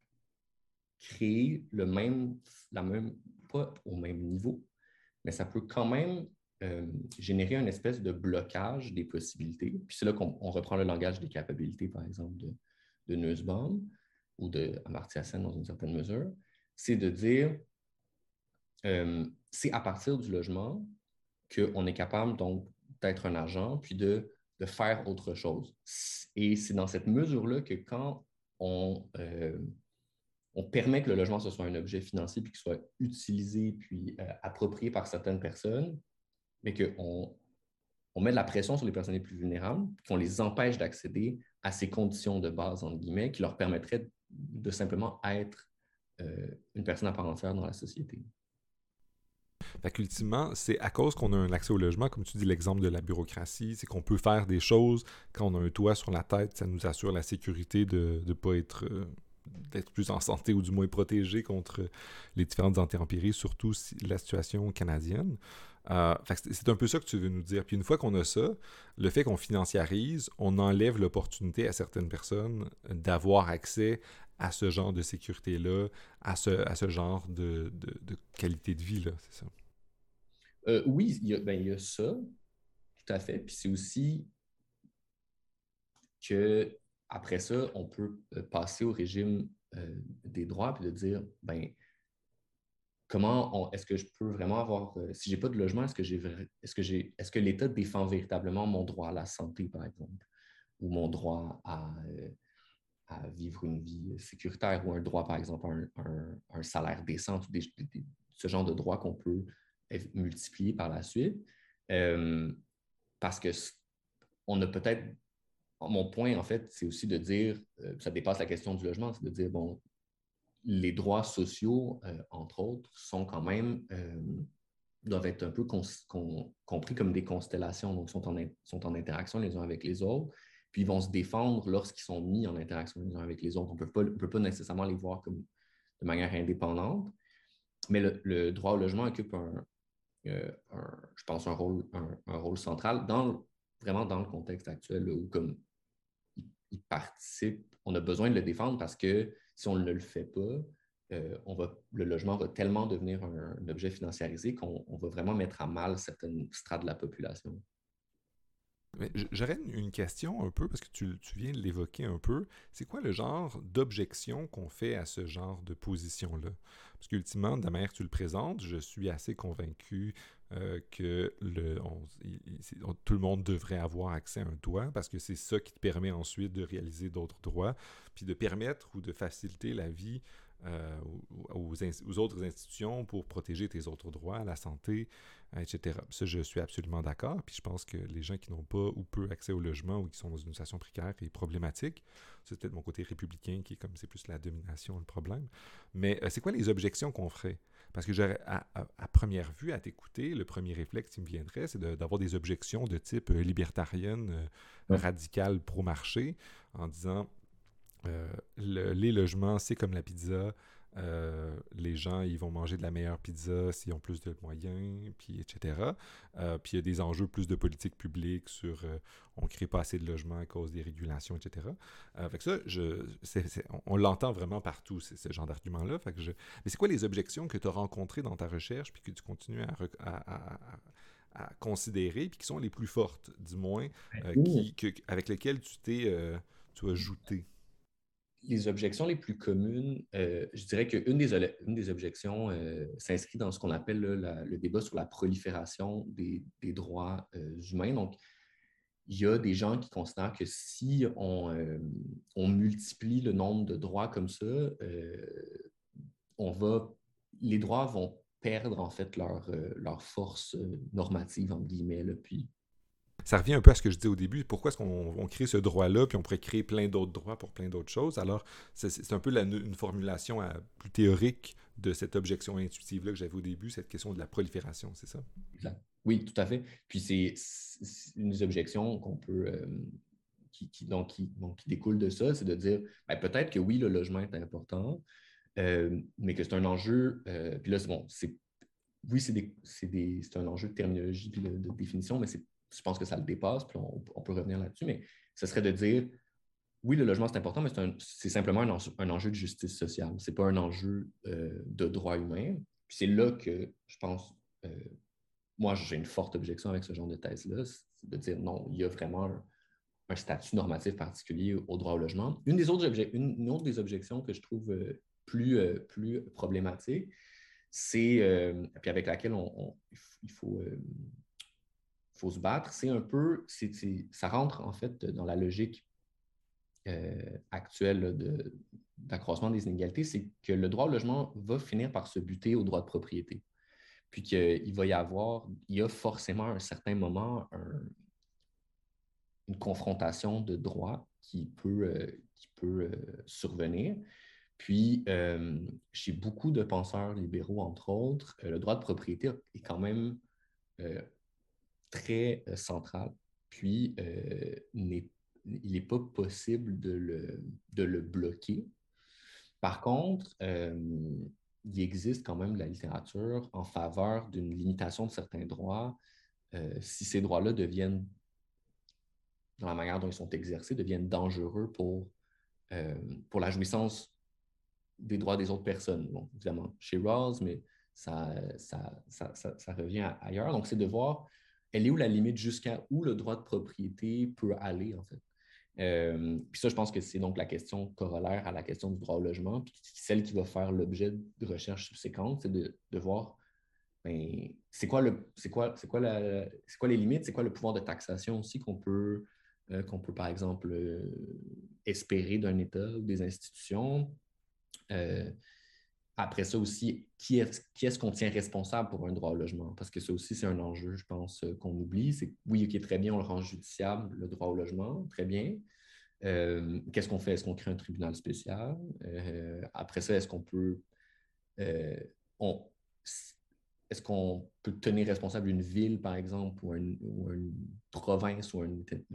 créer le même, la même, pas au même niveau, mais ça peut quand même euh, générer une espèce de blocage des possibilités. Puis c'est là qu'on on reprend le langage des capabilités, par exemple, de, de Nussbaum ou d'Amartya Sen dans une certaine mesure. C'est de dire, euh, c'est à partir du logement qu'on est capable donc d'être un agent, puis de, de faire autre chose. Et c'est dans cette mesure-là que quand on, euh, on permet que le logement ce soit un objet financier puis qu'il soit utilisé puis euh, approprié par certaines personnes, mais qu'on on met de la pression sur les personnes les plus vulnérables, qu'on les empêche d'accéder à ces conditions de base, entre guillemets, qui leur permettraient de simplement être euh, une personne à part entière dans la société. Fait qu'ultimement, c'est à cause qu'on a un accès au logement, comme tu dis l'exemple de la bureaucratie, c'est qu'on peut faire des choses quand on a un toit sur la tête, ça nous assure la sécurité de ne pas être... Euh, d'être plus en santé ou du moins protégé contre les différentes intempéries, surtout si, la situation canadienne. Euh, c'est un peu ça que tu veux nous dire. Puis une fois qu'on a ça, le fait qu'on financiarise, on enlève l'opportunité à certaines personnes d'avoir accès à ce genre de sécurité-là, à ce, à ce genre de, de, de qualité de vie-là, c'est ça? Euh, oui, il y, a, ben, il y a ça, tout à fait. Puis c'est aussi que après ça, on peut passer au régime euh, des droits puis de dire, ben, comment on, est-ce que je peux vraiment avoir, euh, si j'ai pas de logement, est-ce que j'ai, est-ce que j'ai, est-ce que l'État défend véritablement mon droit à la santé, par exemple, ou mon droit à, euh, à vivre une vie sécuritaire, ou un droit, par exemple, à un, un, un salaire décent, ou des, des, ce genre de droits qu'on peut multiplier par la suite, euh, parce que on a peut-être, mon point, en fait, c'est aussi de dire, euh, ça dépasse la question du logement, c'est de dire, bon, les droits sociaux, euh, entre autres, sont quand même, euh, doivent être un peu cons- com- compris comme des constellations, donc sont en, in- sont en interaction les uns avec les autres, puis ils vont se défendre lorsqu'ils sont mis en interaction les uns avec les autres. On ne peut pas, on peut pas nécessairement les voir comme de manière indépendante, mais le, le droit au logement occupe un, euh, un, je pense, un rôle, un, un rôle central dans, vraiment dans le contexte actuel là, où comme il, il participe, on a besoin de le défendre parce que si on ne le fait pas, euh, on va, le logement va tellement devenir un, un objet financiarisé qu'on on va vraiment mettre à mal certaines strates de la population. J'aurais une question un peu, parce que tu, tu viens de l'évoquer un peu. C'est quoi le genre d'objection qu'on fait à ce genre de position-là? Parce qu'ultimement, de la manière que tu le présentes, je suis assez convaincu euh, que le, on, il, on, tout le monde devrait avoir accès à un toit, parce que c'est ça qui te permet ensuite de réaliser d'autres droits, puis de permettre ou de faciliter la vie euh, aux, aux, autres institutions pour protéger tes autres droits, la santé, et cetera. Ça, je suis absolument d'accord. Puis je pense que les gens qui n'ont pas ou peu accès au logement ou qui sont dans une situation précaire est problématique. C'est peut-être mon côté républicain qui est comme c'est plus la domination le problème. Mais euh, c'est quoi les objections qu'on ferait? Parce que j'aurais, à, à, à première vue, à t'écouter, le premier réflexe qui me viendrait, c'est de, d'avoir des objections de type euh, libertarienne, euh, Ouais. radicale, pro-marché, en disant euh, le, les logements, c'est comme la pizza. Euh, les gens, ils vont manger de la meilleure pizza s'ils ont plus de moyens, puis et cetera. Euh, puis il y a des enjeux plus de politique publique sur euh, on ne crée pas assez de logements à cause des régulations, et cetera. Euh, fait que ça, je, c'est, c'est, on, on l'entend vraiment partout, c'est, ce genre d'argument-là. Fait que je... Mais c'est quoi les objections que tu as rencontrées dans ta recherche, puis que tu continues à, rec- à, à, à, à considérer, puis qui sont les plus fortes, du moins, euh, Oui. qui, que, avec lesquelles tu t'es euh, tu as jouté? Les objections les plus communes, euh, je dirais qu'une des, une des objections euh, s'inscrit dans ce qu'on appelle là, la- le débat sur la prolifération des, des droits euh, humains. Donc, il y a des gens qui considèrent que si on, euh, on multiplie le nombre de droits comme ça, euh, on va, les droits vont perdre en fait leur, euh, leur force euh, normative, entre guillemets. Là, puis, Ça revient un peu à ce que je disais au début. Pourquoi est-ce qu'on on crée ce droit-là, puis on pourrait créer plein d'autres droits pour plein d'autres choses? Alors, c'est, c'est un peu la, une formulation à, plus théorique de cette objection intuitive-là que j'avais au début, cette question de la prolifération, c'est ça? exact. Oui, tout à fait. Puis c'est, c'est une des objections qu'on peut, euh, qui, qui, donc, qui, donc, qui découle de ça, c'est de dire ben, peut-être que oui, le logement est important, euh, mais que c'est un enjeu. Euh, puis là, c'est bon, c'est, oui, c'est, des, c'est, des, c'est un enjeu de terminologie puis de, de définition, mais c'est, je pense que ça le dépasse, puis on, on peut revenir là-dessus, mais ce serait de dire oui, le logement, c'est important, mais c'est, un, c'est simplement un enjeu, un enjeu de justice sociale. Ce n'est pas un enjeu euh, de droit humain. Puis c'est là que je pense, euh, moi, j'ai une forte objection avec ce genre de thèse-là, c'est de dire non, il y a vraiment un, un statut normatif particulier au droit au logement. Une des autres, obje- une, une autre des objections que je trouve euh, plus, euh, plus problématique, c'est, euh, puis avec laquelle on, on, il faut, euh, faut se battre, c'est un peu, c'est, c'est, ça rentre en fait dans la logique euh, actuelle de, d'accroissement des inégalités, c'est que le droit au logement va finir par se buter au droit de propriété. Puis qu'il va y avoir, il y a forcément à un certain moment un, une confrontation de droits qui peut, euh, qui peut euh, survenir. Puis, euh, chez beaucoup de penseurs libéraux, entre autres, euh, le droit de propriété est quand même euh, très euh, central. Puis, euh, n'est, il n'est pas possible de le, de le bloquer. Par contre, euh, il existe quand même de la littérature en faveur d'une limitation de certains droits euh, si ces droits-là deviennent, dans la manière dont ils sont exercés, deviennent dangereux pour, euh, pour la jouissance des droits des autres personnes. Bon, évidemment, chez Rawls, mais ça, ça, ça, ça, ça revient ailleurs. Donc, c'est de voir, elle est où la limite jusqu'à où le droit de propriété peut aller, en fait. Euh, puis ça, je pense que c'est donc la question corollaire à la question du droit au logement, puis celle qui va faire l'objet de recherches subséquentes, c'est de, de voir ben, c'est quoi, le, c'est, quoi, c'est, quoi la, c'est quoi les limites, c'est quoi le pouvoir de taxation aussi qu'on peut, euh, qu'on peut par exemple, euh, espérer d'un État ou des institutions. Euh, après ça aussi, qui est, qui est-ce qu'on tient responsable pour un droit au logement? Parce que ça aussi, c'est un enjeu, je pense, euh, qu'on oublie. C'est que oui, OK, très bien, on le rend judiciable, le droit au logement, très bien. Euh, qu'est-ce qu'on fait? Est-ce qu'on crée un tribunal spécial? Euh, après ça, est-ce qu'on peut... euh, on, est-ce qu'on peut tenir responsable une ville, par exemple, ou, un, ou une province ou un,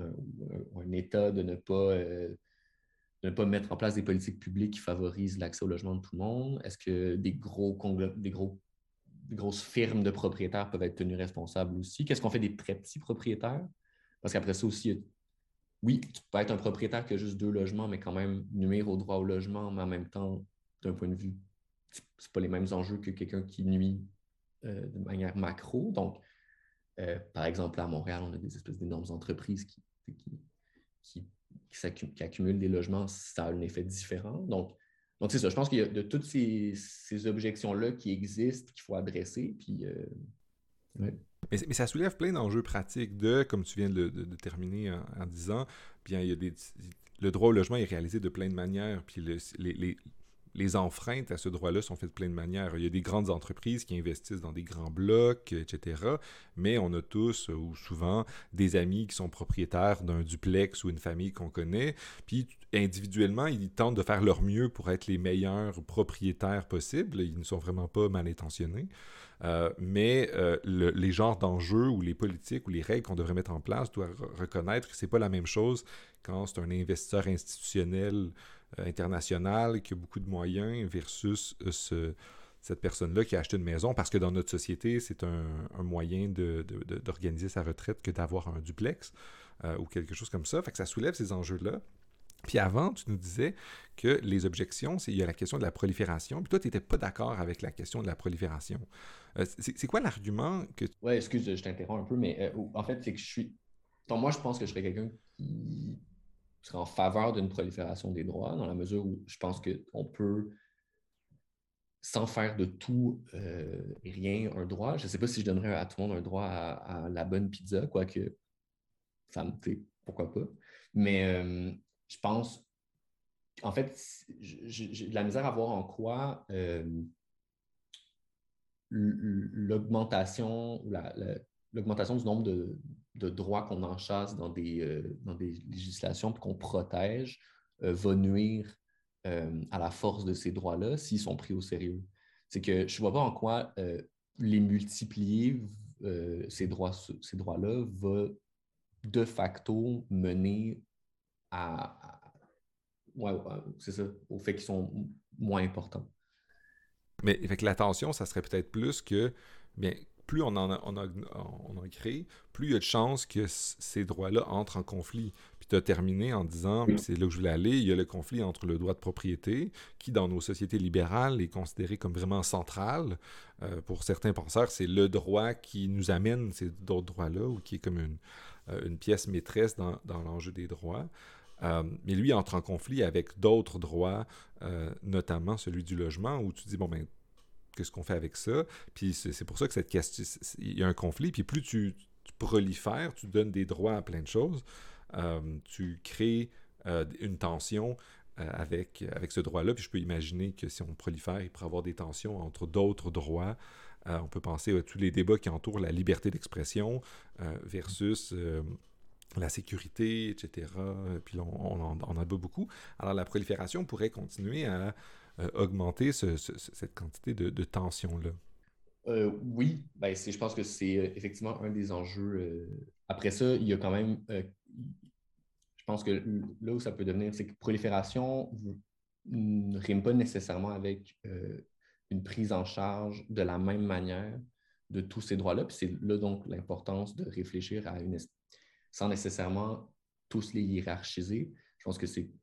ou un État de ne pas... Euh, de ne pas mettre en place des politiques publiques qui favorisent l'accès au logement de tout le monde? Est-ce que des, gros congl- des, gros, des grosses firmes de propriétaires peuvent être tenues responsables aussi? Qu'est-ce qu'on fait des très petits propriétaires? Parce qu'après ça aussi, oui, tu peux être un propriétaire qui a juste deux logements, mais quand même nuire au droit au logement, mais en même temps, d'un point de vue, c'est pas les mêmes enjeux que quelqu'un qui nuit euh, de manière macro. Donc, euh, par exemple, à Montréal, on a des espèces d'énormes entreprises qui, qui, qui, qui, qui accumulent des logements, ça a un effet différent. Donc, donc c'est ça. Je pense qu'il y a de toutes ces, ces objections-là qui existent, qu'il faut adresser. Puis, euh, ouais. Mais, mais ça soulève plein d'enjeux pratiques de, comme tu viens de, de, de terminer en, en disant, bien, il y a des, le droit au logement est réalisé de plein de manières, puis le, les, les, les enfreintes à ce droit-là sont faites de plein de manières. Il y a des grandes entreprises qui investissent dans des grands blocs, et cetera. Mais on a tous, ou souvent, des amis qui sont propriétaires d'un duplex ou une famille qu'on connaît. Puis individuellement, ils tentent de faire leur mieux pour être les meilleurs propriétaires possibles. Ils ne sont vraiment pas mal intentionnés. Euh, mais euh, le, les genres d'enjeux ou les politiques ou les règles qu'on devrait mettre en place doivent re- reconnaître que c'est pas la même chose quand c'est un investisseur institutionnel international, qui a beaucoup de moyens, versus euh, ce, cette personne-là qui a acheté une maison, parce que dans notre société, c'est un, un moyen de, de, de, d'organiser sa retraite que d'avoir un duplex euh, ou quelque chose comme ça. Fait que ça soulève ces enjeux-là. Puis avant, tu nous disais que les objections, c'est, il y a la question de la prolifération. Puis toi, tu n'étais pas d'accord avec la question de la prolifération. Euh, c'est, c'est quoi l'argument que... Oui, excuse, je t'interromps un peu, mais euh, en fait, c'est que je suis... Donc, moi, je pense que je serais quelqu'un qui serait en faveur d'une prolifération des droits, dans la mesure où je pense qu'on peut, sans faire de tout euh, et rien, un droit. Je ne sais pas si je donnerais à tout le monde un droit à, à la bonne pizza, quoique ça me fait, pourquoi pas. Mais euh, je pense, en fait, j'ai de la misère à voir en quoi euh, l'augmentation ou la, la, l'augmentation du nombre de, de droits qu'on enchasse dans des, euh, dans des législations et qu'on protège euh, va nuire euh, à la force de ces droits-là s'ils sont pris au sérieux. C'est que je ne vois pas en quoi euh, les multiplier, euh, ces, droits, ces droits-là, va de facto mener à, à ouais, ouais, c'est ça, au fait qu'ils sont moins importants. Mais fait que l'attention, ça serait peut-être plus que, bien, plus on en, a, on, a, on en crée, plus il y a de chances que c- ces droits-là entrent en conflit. Puis tu as terminé en disant, puis c'est là où je voulais aller, il y a le conflit entre le droit de propriété, qui dans nos sociétés libérales est considéré comme vraiment central. Euh, pour certains penseurs, c'est le droit qui nous amène ces d'autres droits-là, ou qui est comme une, euh, une pièce maîtresse dans, dans l'enjeu des droits. Euh, mais lui entre en conflit avec d'autres droits, euh, notamment celui du logement, où tu dis, bon, ben, qu'est-ce qu'on fait avec ça? Puis c'est, c'est pour ça que cette question, il y a un conflit, puis plus tu, tu prolifères, tu donnes des droits à plein de choses, euh, tu crées euh, une tension euh, avec, avec ce droit-là, puis je peux imaginer que si on prolifère, il pourrait y avoir des tensions entre d'autres droits. Euh, on peut penser à tous les débats qui entourent la liberté d'expression euh, versus... Euh, la sécurité, et cetera. Puis là, on, on, en, on en bat beaucoup. Alors, la prolifération pourrait continuer à euh, augmenter ce, ce, cette quantité de, de tension-là. Euh, oui, ben c'est, je pense que c'est euh, effectivement un des enjeux. Euh, après ça, il y a quand même, euh, je pense que là où ça peut devenir, c'est que prolifération ne rime pas nécessairement avec euh, une prise en charge de la même manière de tous ces droits-là. Puis c'est là donc l'importance de réfléchir à une, sans nécessairement tous les hiérarchiser. Je pense que c'est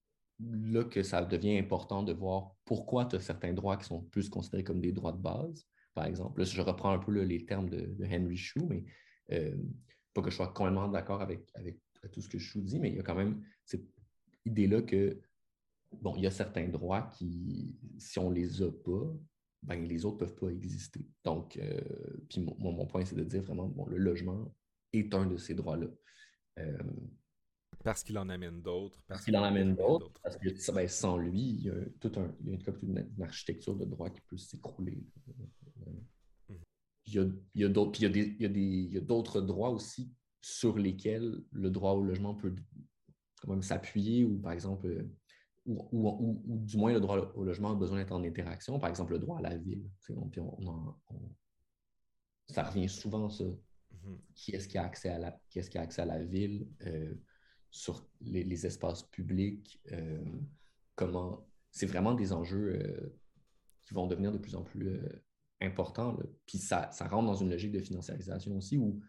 là que ça devient important de voir pourquoi tu as certains droits qui sont plus considérés comme des droits de base. Par exemple, là, je reprends un peu là, les termes de, de Henry Shue, mais euh, pas que je sois complètement d'accord avec, avec tout ce que Shue dit, mais il y a quand même cette idée-là que, bon, il y a certains droits qui, si on ne les a pas, ben, les autres ne peuvent pas exister. Donc, euh, puis mon, mon point, c'est de dire vraiment, bon, le logement est un de ces droits-là. Euh, Parce qu'il en amène d'autres, parce parce qu'il en qu'il amène permet d'autres, d'autres. parce que ben, sans lui, il y a tout un, il y a une, une, une architecture de droit qui peut s'écrouler. Mhm. Il y a, il y a d'autres, puis il y a des, il y a des, il y a d'autres droits aussi sur lesquels le droit au logement peut quand même s'appuyer, ou par exemple, ou, ou, ou, ou du moins le droit au logement a besoin d'être en interaction, par exemple le droit à la ville. On, on, on, on, ça revient souvent, ça. Mhm. Qui est-ce qui a accès à la, qui est-ce qui a accès à la ville, euh, sur les, les espaces publics, euh, comment... C'est vraiment des enjeux euh, qui vont devenir de plus en plus euh, importants. Là. Puis ça, ça rentre dans une logique de financiarisation aussi où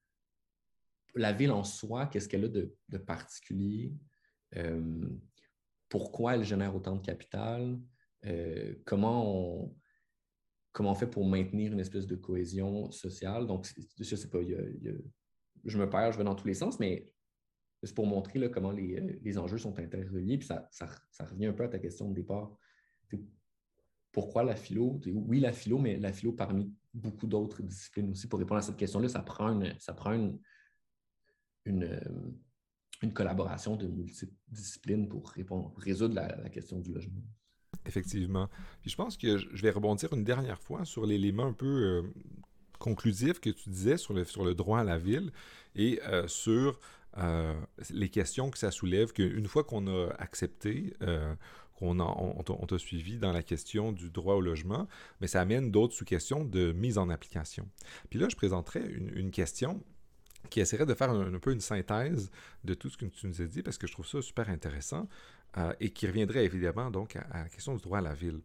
la ville en soi, qu'est-ce qu'elle a de, de particulier? Euh, pourquoi elle génère autant de capital? Euh, comment on comment on fait pour maintenir une espèce de cohésion sociale. Donc, je ne sais pas, il y a, il y a, je me perds, je vais dans tous les sens, mais c'est pour montrer là, comment les, les enjeux sont interreliés. Puis ça, ça, ça revient un peu à ta question de départ. C'est pourquoi la philo? Oui, la philo, mais la philo parmi beaucoup d'autres disciplines aussi. Pour répondre à cette question-là, ça prend une, ça prend une, une, une collaboration de multiples disciplines pour répondre, résoudre la, la question du logement. Effectivement. Puis je pense que je vais rebondir une dernière fois sur l'élément un peu euh, conclusif que tu disais sur le, sur le droit à la ville et euh, sur euh, les questions que ça soulève, qu'une fois qu'on a accepté, euh, qu'on a, on, on t'a suivi dans la question du droit au logement, mais ça amène d'autres sous-questions de mise en application. Puis là, je présenterai une, une question qui essaierait de faire un, un peu une synthèse de tout ce que tu nous as dit, parce que je trouve ça super intéressant, euh, et qui reviendrait évidemment donc à, à la question du droit à la ville.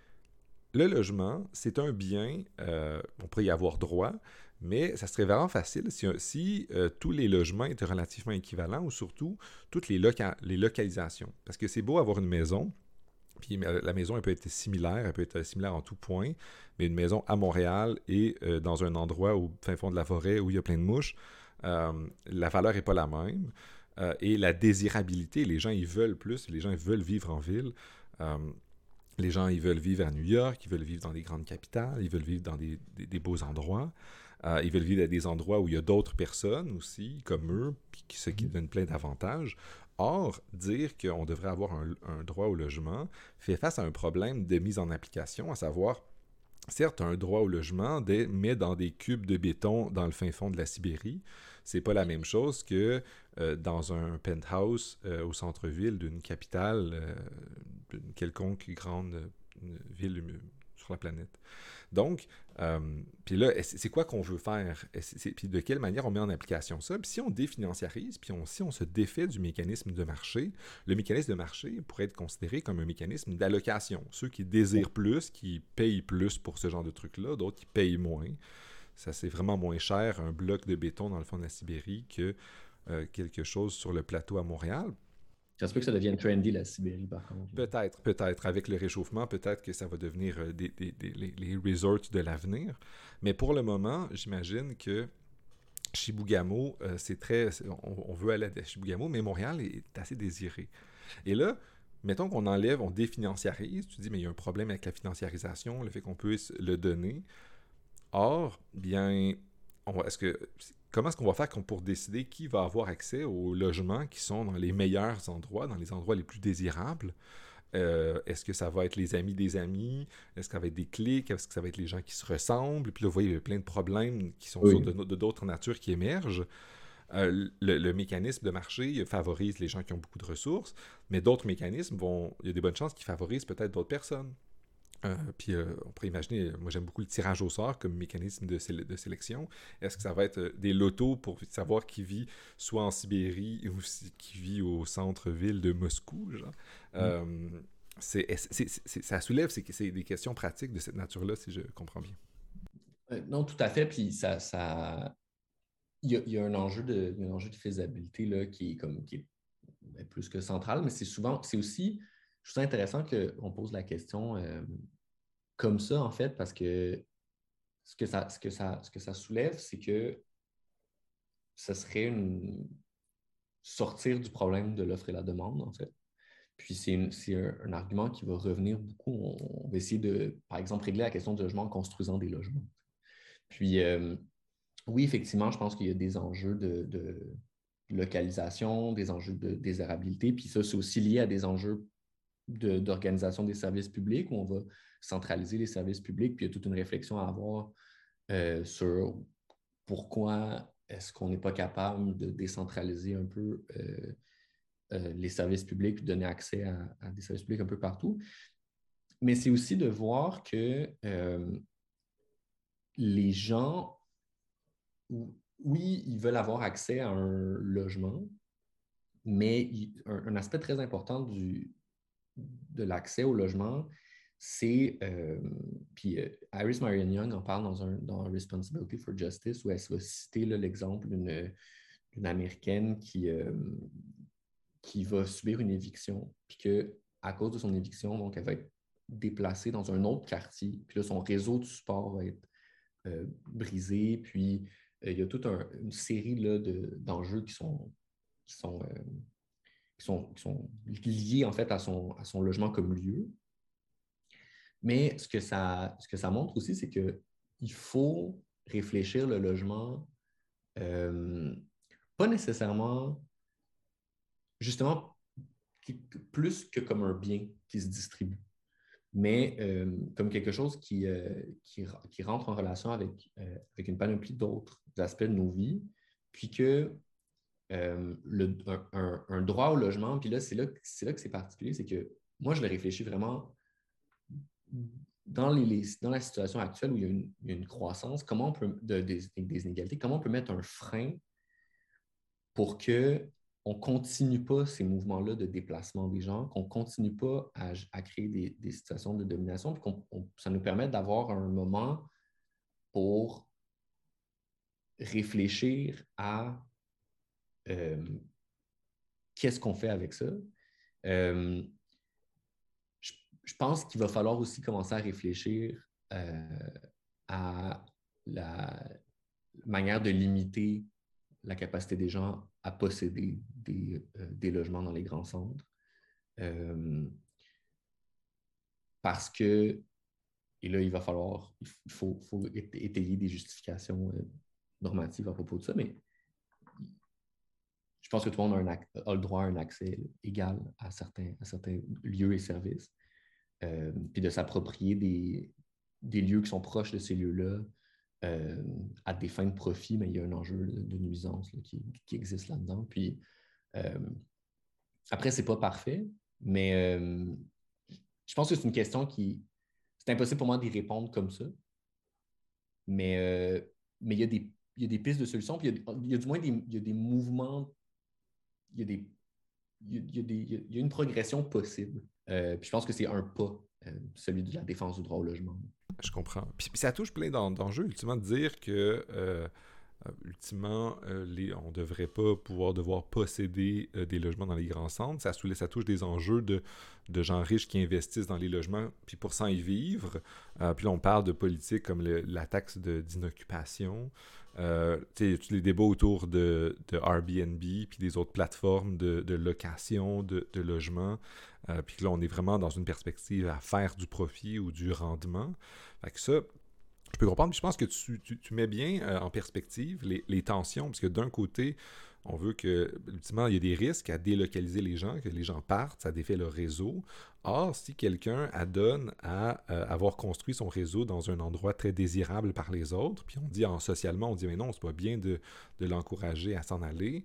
Le logement, c'est un bien, euh, on pourrait y avoir droit, mais ça serait vraiment facile si, si euh, tous les logements étaient relativement équivalents, ou surtout toutes les, loca- les localisations. Parce que c'est beau avoir une maison, puis la maison, elle peut être similaire, elle peut être similaire en tout point, mais une maison à Montréal et euh, dans un endroit au fin fond de la forêt où il y a plein de mouches, euh, la valeur n'est pas la même. Euh, et la désirabilité, les gens, ils veulent plus, les gens, ils veulent vivre en ville. Euh, les gens, ils veulent vivre à New York, ils veulent vivre dans des grandes capitales, ils veulent vivre dans des, des, des beaux endroits. Euh, ils veulent vivre à des endroits où il y a d'autres personnes aussi, comme eux, puis ce qui donne plein d'avantages. Or, dire qu'on devrait avoir un, un droit au logement fait face à un problème de mise en application, à savoir, certes, un droit au logement, des, mais dans des cubes de béton dans le fin fond de la Sibérie. C'est pas la même chose que euh, dans un penthouse euh, au centre-ville d'une capitale, euh, d'une quelconque grande euh, ville euh, sur la planète. Donc, euh, puis là, c'est quoi qu'on veut faire? Puis de quelle manière on met en application ça? Puis si on définanciarise, puis on, si on se défait du mécanisme de marché, le mécanisme de marché pourrait être considéré comme un mécanisme d'allocation. Ceux qui désirent plus, qui payent plus pour ce genre de trucs-là, d'autres qui payent moins. Ça, c'est vraiment moins cher, un bloc de béton dans le fond de la Sibérie, que euh, quelque chose sur le plateau à Montréal. Ça se peut que ça devienne trendy, la Sibérie, par contre. Peut-être, peut-être. Avec le réchauffement, peut-être que ça va devenir euh, des, des, des, les, les resorts de l'avenir. Mais pour le moment, j'imagine que Chibougamau, euh, c'est très... c'est- on, on veut aller à Chibougamau, mais Montréal est assez désiré. Et là, mettons qu'on enlève, on définanciarise. Tu dis, mais il y a un problème avec la financiarisation, le fait qu'on puisse le donner. Or, bien, on va- est-ce que, comment est-ce qu'on va faire pour décider qui va avoir accès aux logements qui sont dans les meilleurs endroits, dans les endroits les plus désirables? Euh, est-ce que ça va être les amis des amis? Est-ce que ça va être des clics? Est-ce que ça va être les gens qui se ressemblent? Puis là, vous voyez, il y a plein de problèmes qui sont Oui. de, de d'autres natures qui émergent. Euh, le, le mécanisme de marché favorise les gens qui ont beaucoup de ressources, mais d'autres mécanismes vont... Il y a des bonnes chances qu'ils favorisent peut-être d'autres personnes. Euh, puis euh, on pourrait imaginer, moi j'aime beaucoup le tirage au sort comme mécanisme de, sé- de sélection. Est-ce que ça va être euh, des lotos pour savoir qui vit soit en Sibérie ou si- qui vit au centre-ville de Moscou, genre? Mm. Euh, c'est, c'est- c'est- c'est- ça soulève c'est, c'est des questions pratiques de cette nature-là, si je comprends bien. Euh, non, tout à fait. Puis ça, ça... Il y a, il y a un enjeu de, un enjeu de faisabilité là, qui est comme qui est ben, plus que central, mais c'est souvent, c'est aussi, je trouve ça intéressant qu'on pose la question euh, comme ça, en fait, parce que ce que ça, ce que ça, ce que ça soulève, c'est que ce serait une... sortir du problème de l'offre et la demande, en fait. Puis c'est, une- c'est un, un argument qui va revenir beaucoup. On, on va essayer de, par exemple, régler la question du logement en construisant des logements. Puis euh, oui, effectivement, je pense qu'il y a des enjeux de, de localisation, des enjeux de désirabilité. Puis ça, c'est aussi lié à des enjeux de- d'organisation des services publics où on va centraliser les services publics. Puis il y a toute une réflexion à avoir euh, sur pourquoi est-ce qu'on n'est pas capable de décentraliser un peu euh, euh, les services publics et donner accès à, à, des services publics un peu partout. Mais c'est aussi de voir que euh, les gens, oui, ils veulent avoir accès à un logement, mais un, un aspect très important du, de l'accès au logement, c'est, euh, puis euh, Iris Marion Young en parle dans, un, dans Responsibility for Justice, où elle va citer là, l'exemple d'une, d'une Américaine qui, euh, qui va subir une éviction, puis qu'à cause de son éviction, donc, elle va être déplacée dans un autre quartier, puis là, son réseau de support va être euh, brisé, puis euh, il y a toute un, une série là, de, d'enjeux qui sont, qui sont, euh, qui sont, qui sont liés en fait à son, à son logement comme lieu. Mais ce que ça, ce que ça montre aussi, c'est qu'il faut réfléchir le logement euh, pas nécessairement, justement, plus que comme un bien qui se distribue, mais euh, comme quelque chose qui, euh, qui, qui, rentre en relation avec, euh, avec une panoplie d'autres aspects de nos vies, puis que euh, le, un, un, un, droit au logement, puis là, c'est là, c'est là que c'est particulier, c'est que moi, je le réfléchis vraiment dans, les, les, dans la situation actuelle où il y a une, il y a une croissance, comment on peut, de, des, des inégalités, comment on peut mettre un frein pour que on ne continue pas ces mouvements-là de déplacement des gens, qu'on ne continue pas à, à créer des, des situations de domination, puis qu'on on, ça nous permet d'avoir un moment pour réfléchir à euh, qu'est-ce qu'on fait avec ça. Euh, je, je pense qu'il va falloir aussi commencer à réfléchir euh, à la manière de limiter la capacité des gens à posséder des, euh, des logements dans les grands centres. Euh, parce que, et là, il va falloir, il faut, faut étayer des justifications euh, normatives à propos de ça, mais je pense que tout le monde a, un, a le droit à un accès égal à certains, à certains lieux et services, euh, puis de s'approprier des, des lieux qui sont proches de ces lieux-là euh, à des fins de profit, mais il y a un enjeu de, de nuisance là, qui, qui existe là-dedans. Puis euh, après, c'est pas parfait, mais euh, je pense que c'est une question qui... C'est impossible pour moi d'y répondre comme ça, mais, euh, mais il, y a des, il y a des pistes de solutions, puis il y a, il y a du moins des, il y a des mouvements, il y a, des, il y a, des, il y a une progression possible. Euh, puis je pense que c'est un pas, euh, celui de la défense du droit au logement. Je comprends. Puis, puis ça touche plein d'enjeux, ultimement, de dire que... Euh... Euh, ultimement, euh, les, on ne devrait pas pouvoir devoir posséder euh, des logements dans les grands centres. Ça, ça touche des enjeux de, de gens riches qui investissent dans les logements, puis pour s'en y vivre. Euh, puis là, on parle de politique comme le, la taxe de, d'inoccupation. Euh, tous les débats autour de, de Airbnb, puis des autres plateformes de, de location de, de logements. Euh, puis là, on est vraiment dans une perspective à faire du profit ou du rendement. Fait que ça... Je peux comprendre, puis je pense que tu, tu, tu mets bien euh, en perspective les, les tensions, parce que d'un côté, on veut que, ultimement, il y a des risques à délocaliser les gens, que les gens partent, ça défait leur réseau. Or, si quelqu'un adonne à euh, avoir construit son réseau dans un endroit très désirable par les autres, puis on dit en socialement, on dit, mais non, c'est pas bien de, de l'encourager à s'en aller.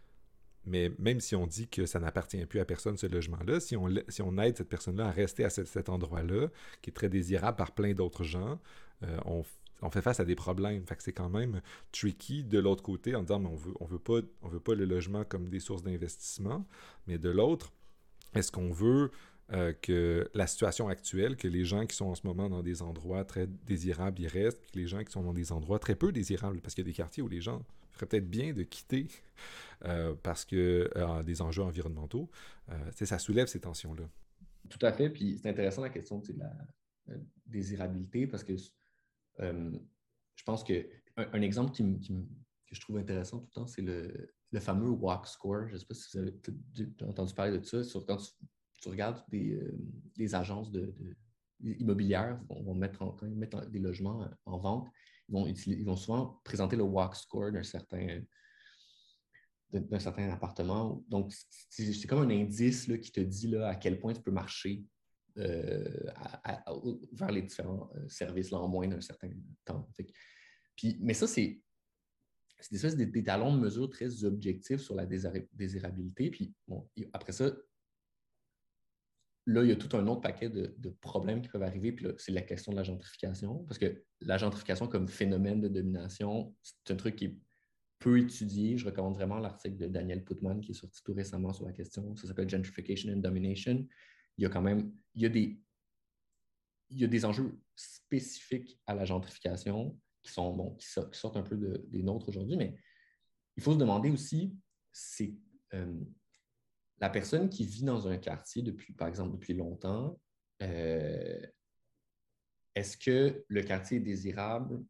Mais même si on dit que ça n'appartient plus à personne, ce logement-là, si on, si on aide cette personne-là à rester à ce, cet endroit-là, qui est très désirable par plein d'autres gens, euh, on, on fait face à des problèmes. Fait que c'est quand même tricky de l'autre côté en disant mais on veut, on veut pas, on veut pas le logement comme des sources d'investissement, mais de l'autre, est-ce qu'on veut euh, que la situation actuelle, que les gens qui sont en ce moment dans des endroits très désirables y restent, puis que les gens qui sont dans des endroits très peu désirables, parce qu'il y a des quartiers où les gens feraient peut-être bien de quitter euh, parce que euh, des enjeux environnementaux, euh, ça soulève ces tensions-là. Tout à fait, puis c'est intéressant la question de la euh, désirabilité, parce que euh, je pense que un, un exemple qui m, qui m, que je trouve intéressant tout le temps, c'est le, le fameux walk score. Je ne sais pas si vous avez entendu parler de ça. Sur, quand tu, tu regardes des, euh, des agences de, de, immobilières, vont, vont mettre, en, quand ils mettent des logements en vente, ils vont, utiliser, ils vont souvent présenter le walk score d'un certain, d'un certain appartement. Donc, c'est, c'est comme un indice là, qui te dit là, à quel point tu peux marcher euh, à, à, vers les différents euh, services là, en moins d'un certain temps. Fait que, puis, mais ça, c'est, c'est des, espèces de, des talons de mesure très objectifs sur la désirabilité. Puis, bon, après ça, là, il y a tout un autre paquet de, de problèmes qui peuvent arriver. Puis là, c'est la question de la gentrification. Parce que la gentrification comme phénomène de domination, c'est un truc qui est peu étudié. Je recommande vraiment l'article de Daniel Putman qui est sorti tout récemment sur la question. Ça s'appelle Gentrification and Domination. Il y a quand même, il y a des, il y a des enjeux spécifiques à la gentrification qui sont, bon, qui sortent, qui sortent un peu de, des nôtres aujourd'hui, mais il faut se demander aussi, c'est euh, la personne qui vit dans un quartier depuis, par exemple, depuis longtemps, euh, est-ce que le quartier est désirable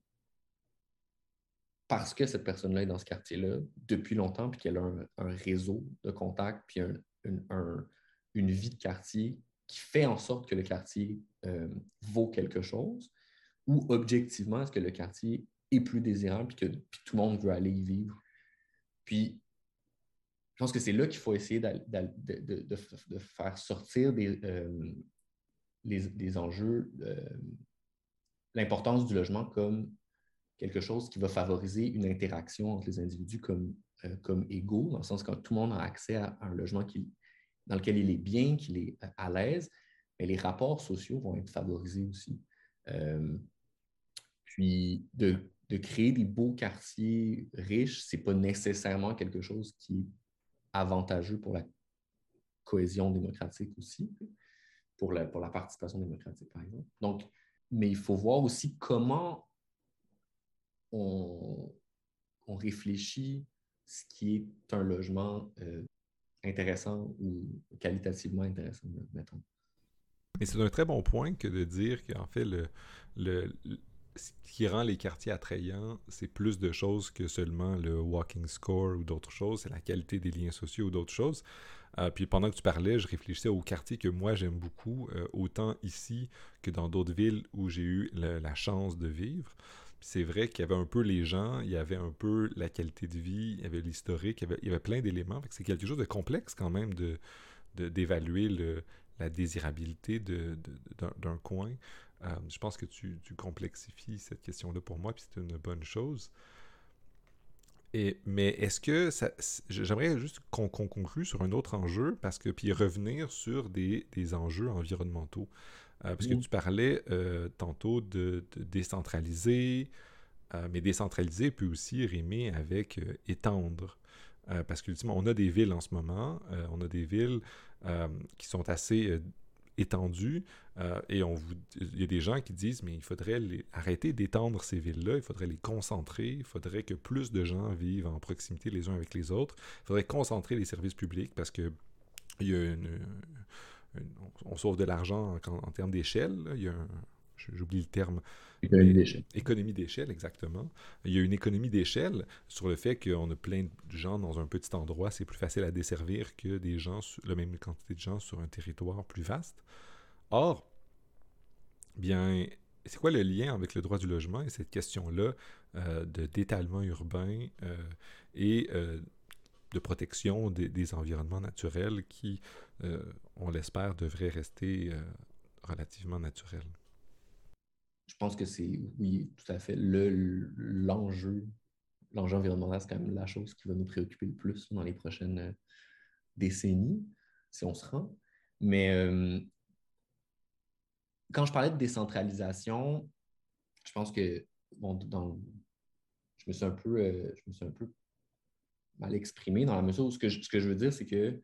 parce que cette personne-là est dans ce quartier-là depuis longtemps, puis qu'elle a un, un réseau de contacts, puis un, un, un, une vie de quartier qui fait en sorte que le quartier euh, vaut quelque chose, ou objectivement, est-ce que le quartier est plus désirable, puis que puis tout le monde veut aller y vivre. Puis, je pense que c'est là qu'il faut essayer de, de, de, de faire sortir des, euh, les, des enjeux, euh, l'importance du logement comme quelque chose qui va favoriser une interaction entre les individus comme, euh, comme égaux, dans le sens que tout le monde a accès à un logement qui, dans lequel il est bien, qu'il est à l'aise, mais les rapports sociaux vont être favorisés aussi. Euh, puis, de, de créer des beaux quartiers riches, ce n'est pas nécessairement quelque chose qui est avantageux pour la cohésion démocratique aussi, pour la, pour la participation démocratique, par exemple. Donc, mais il faut voir aussi comment on, on réfléchit ce qui est un logement euh, intéressant ou qualitativement intéressant, mettons. Et c'est un très bon point que de dire qu'en fait, le, le, le- ce qui rend les quartiers attrayants, c'est plus de choses que seulement le walking score ou d'autres choses, c'est la qualité des liens sociaux ou d'autres choses. Euh, puis pendant que tu parlais, je réfléchissais aux quartiers que moi j'aime beaucoup, euh, autant ici que dans d'autres villes où j'ai eu le- la chance de vivre. Puis c'est vrai qu'il y avait un peu les gens, il y avait un peu la qualité de vie, il y avait l'historique, il y avait, il y avait plein d'éléments. Fait que c'est quelque chose de complexe quand même de, de- d'évaluer le, la désirabilité de, de- d'un, d'un coin. Euh, je pense que tu, tu complexifies cette question-là pour moi, puis c'est une bonne chose. Et, mais est-ce que ça, j'aimerais juste qu'on, qu'on conclue sur un autre enjeu, parce que puis revenir sur des, des enjeux environnementaux. Euh, parce que Mm. tu parlais euh, tantôt de, de décentraliser, euh, mais décentraliser peut aussi rimer avec euh, étendre. Euh, parce qu'ultimement, on a des villes en ce moment, euh, on a des villes euh, qui sont assez euh, étendues, euh, et on vous, il y a des gens qui disent, mais il faudrait les, arrêter d'étendre ces villes-là, il faudrait les concentrer, il faudrait que plus de gens vivent en proximité les uns avec les autres, il faudrait concentrer les services publics parce que il y a une, une- on sauve de l'argent en, en termes d'échelle, là. Il y a un, j'oublie le terme, Économie mais d'échelle. économie d'échelle, exactement. Il y a une économie d'échelle sur le fait qu'on a plein de gens dans un petit endroit, c'est plus facile à desservir que des gens, la même quantité de gens sur un territoire plus vaste. Or, bien, c'est quoi le lien avec le droit du logement et cette question-là euh, de d'étalement urbain euh, et euh, de protection des, des environnements naturels qui, euh, on l'espère, devraient rester euh, relativement naturels? Je pense que c'est, oui, tout à fait, le, l'enjeu. L'enjeu environnemental, c'est quand même la chose qui va nous préoccuper le plus dans les prochaines euh, décennies, si on se rend. Mais euh, quand je parlais de décentralisation, je pense que bon, dans, je me suis un peu, euh, je me suis un peu mal exprimé dans la mesure où ce que je, ce que je veux dire, c'est que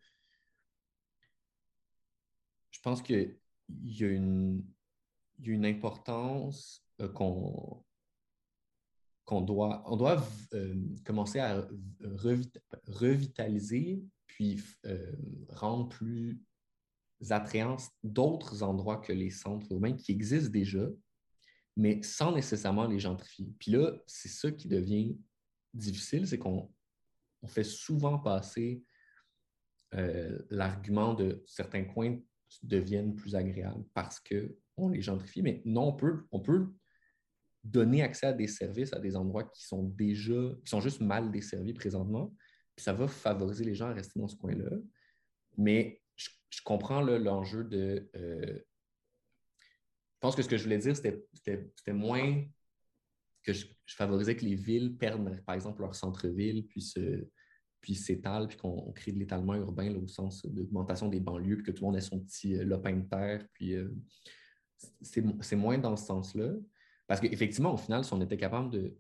je pense qu'il y a une, il y a une importance euh, qu'on qu'on doit, on doit euh, commencer à revit- revitaliser puis euh, rendre plus attrayants d'autres endroits que les centres urbains qui existent déjà, mais sans nécessairement les gentrifier. Puis là, c'est ça qui devient difficile, c'est qu'on on fait souvent passer euh, l'argument de certains coins deviennent plus agréables parce qu'on les gentrifie, mais non, on peut, on peut donner accès à des services à des endroits qui sont déjà, qui sont juste mal desservis présentement, puis ça va favoriser les gens à rester dans ce coin-là. Mais je, je comprends là, l'enjeu de... Euh, je pense que ce que je voulais dire, c'était, c'était, c'était moins que je, je, favorisais que les villes perdent, par exemple, leur centre-ville, puis se, puis s'étalent, puis qu'on crée de l'étalement urbain là, au sens d'augmentation des banlieues, puis que tout le monde ait son petit euh, lopin de terre, puis euh, c'est, c'est moins dans ce sens-là. Parce qu'effectivement, au final, si on était capable de,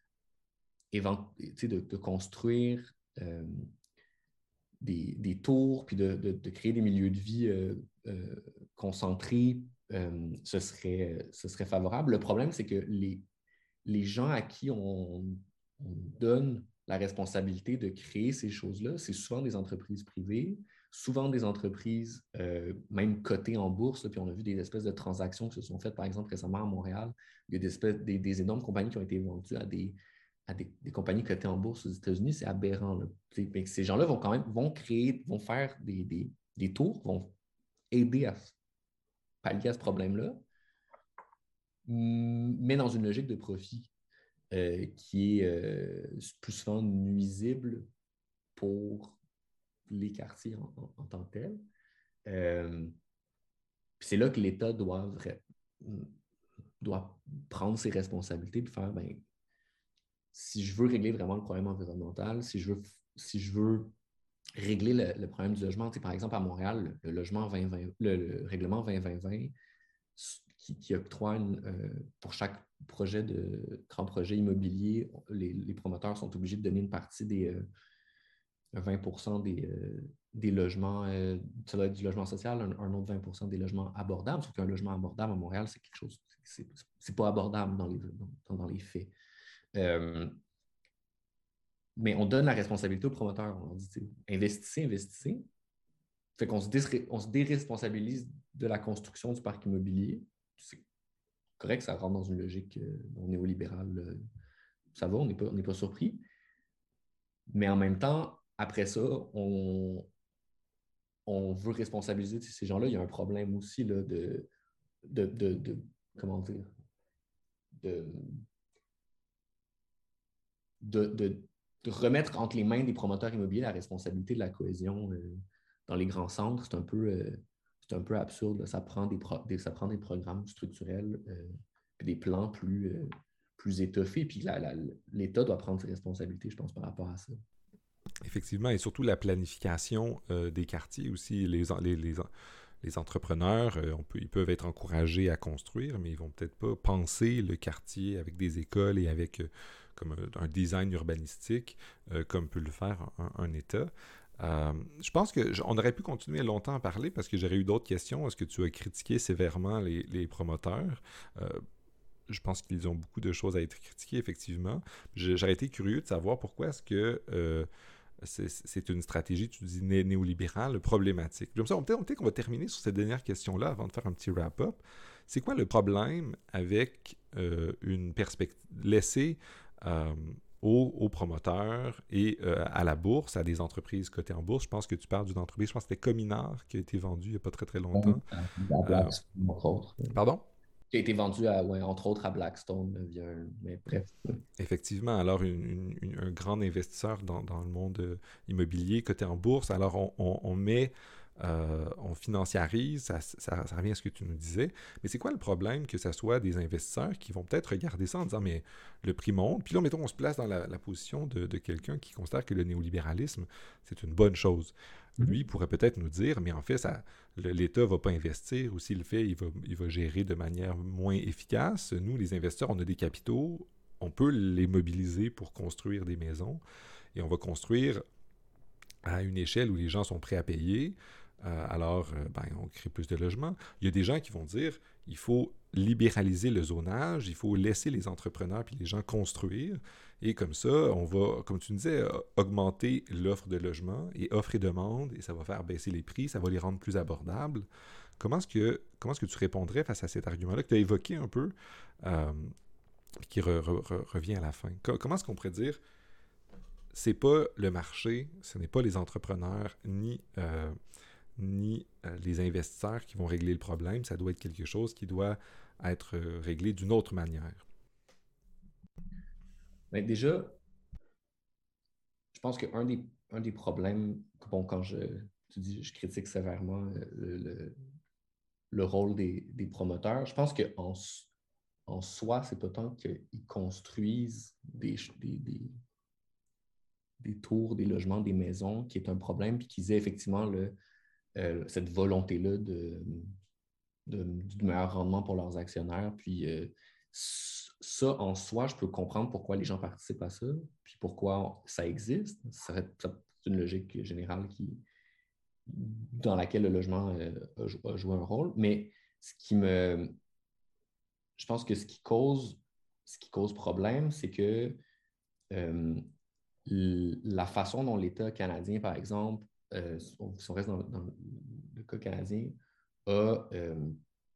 de, de construire euh, des, des, tours, puis de, de, de, créer des milieux de vie euh, euh, concentrés, euh, ce, serait, ce serait favorable. Le problème, c'est que les, les gens à qui on, on donne la responsabilité de créer ces choses-là, c'est souvent des entreprises privées, souvent des entreprises euh, même cotées en bourse. Là, puis on a vu des espèces de transactions qui se sont faites, par exemple, récemment à Montréal. Il y a des, espèces, des, des énormes compagnies qui ont été vendues à des, à des, des compagnies cotées en bourse aux États-Unis. C'est aberrant. Là. Mais ces gens-là vont quand même vont créer, vont faire des, des, des tours, vont aider à pallier à ce problème-là, mais dans une logique de profit. Euh, qui est euh, plus souvent nuisible pour les quartiers en, en, en tant que tels. Euh, c'est là que l'État doit, doit prendre ses responsabilités et faire, ben, si je veux régler vraiment le problème environnemental, si je veux, si je veux régler le, le problème du logement, par exemple à Montréal, le, le logement vingt vingt, le, le règlement vingt vingt vingt qui, qui octroie une, euh, pour chaque projet de grand projet immobilier, les, les promoteurs sont obligés de donner une partie des euh, vingt pour cent des, euh, des logements, euh, ça doit être du logement social, un, un autre vingt pour cent des logements abordables, sauf qu'un logement abordable à Montréal, c'est quelque chose, c'est, c'est pas abordable dans les, dans, dans les faits. Euh, mais on donne la responsabilité aux promoteurs. On leur dit, investissez, investissez. Fait qu'on se, dé- on se déresponsabilise de la construction du parc immobilier. C'est correct, ça rentre dans une logique euh, néolibérale. Euh, ça va, on n'est pas, on n'est pas surpris. Mais en même temps, après ça, on, on veut responsabiliser ces gens-là. Il y a un problème aussi là, de, de, de, de, comment dire, de, de, de, de remettre entre les mains des promoteurs immobiliers la responsabilité de la cohésion euh, dans les grands centres. C'est un peu, euh, c'est un peu absurde. Là. Ça prend des, pro, des, ça prend des programmes structurels euh, puis des plans plus, euh, plus étoffés. Puis la, la, l'État doit prendre ses responsabilités, je pense, par rapport à ça. Effectivement, et surtout la planification euh, des quartiers aussi. Les, les, les, les entrepreneurs, euh, on peut, ils peuvent être encouragés à construire, mais ils vont peut-être pas penser le quartier avec des écoles et avec euh, comme un, un design urbanistique euh, comme peut le faire un, un État. Euh, je pense qu'on aurait pu continuer longtemps à parler parce que j'aurais eu d'autres questions. Est-ce que tu as critiqué sévèrement les, les promoteurs? Euh, je pense qu'ils ont beaucoup de choses à être critiqués, effectivement. J'aurais été curieux de savoir pourquoi est-ce que euh, c'est, c'est une stratégie, tu dis, né- néolibérale problématique. Comme ça, on peut-être, peut-être qu'on va terminer sur cette dernière question-là avant de faire un petit wrap-up. C'est quoi le problème avec euh, une perspective laissée euh, aux, aux promoteurs et euh, à la bourse, à des entreprises cotées en bourse? Je pense que tu parles d'une entreprise, je pense que c'était Cominard qui a été vendue il n'y a pas très très longtemps. À Euh, Blackstone, entre autres. pardon? Qui a été vendu, à, ouais, entre autres, à Blackstone via un... Mais bref. Effectivement, alors une, une, une, un grand investisseur dans, dans le monde euh, immobilier coté en bourse, alors on, on, on met, euh, on financiarise, ça, ça, ça revient à ce que tu nous disais, mais c'est quoi le problème que ce soit des investisseurs qui vont peut-être regarder ça en disant, mais le prix monte, puis là, mettons, on se place dans la, la position de, de quelqu'un qui considère que le néolibéralisme, c'est une bonne chose. Lui il pourrait peut-être nous dire, mais en fait, ça, le, l'État ne va pas investir, ou s'il le fait, il va, il va gérer de manière moins efficace. Nous, les investisseurs, on a des capitaux, on peut les mobiliser pour construire des maisons et on va construire à une échelle où les gens sont prêts à payer. Euh, alors, euh, ben, on crée plus de logements. Il y a des gens qui vont dire il faut libéraliser le zonage, il faut laisser les entrepreneurs puis les gens construire. Et comme ça, on va, comme tu disais, augmenter l'offre de logements et offre et demande, et ça va faire baisser les prix, ça va les rendre plus abordables. Comment est-ce que, comment est-ce que tu répondrais face à cet argument-là que tu as évoqué un peu euh, qui re, re, re, revient à la fin? Comment est-ce qu'on pourrait dire c'est pas le marché, ce n'est pas les entrepreneurs ni, euh, ni euh, les investisseurs qui vont régler le problème, ça doit être quelque chose qui doit être euh, réglé d'une autre manière. Mais déjà, je pense qu'un des, un des problèmes, bon, quand je, tu dis, je critique sévèrement le, le, le rôle des, des promoteurs, je pense qu'en en soi, c'est pas tant qu'ils construisent des, des, des, des tours, des logements, des maisons qui est un problème, puis qu'ils aient effectivement le, euh, cette volonté-là de, de, du meilleur rendement pour leurs actionnaires. Puis euh, ça, en soi, je peux comprendre pourquoi les gens participent à ça, puis pourquoi ça existe. Ça, ça, c'est une logique générale qui, dans laquelle le logement euh, a, a joué un rôle. Mais ce qui me... Je pense que ce qui cause, ce qui cause problème, c'est que euh, la façon dont l'État canadien, par exemple, euh, si on reste dans, dans le cas canadien, a euh,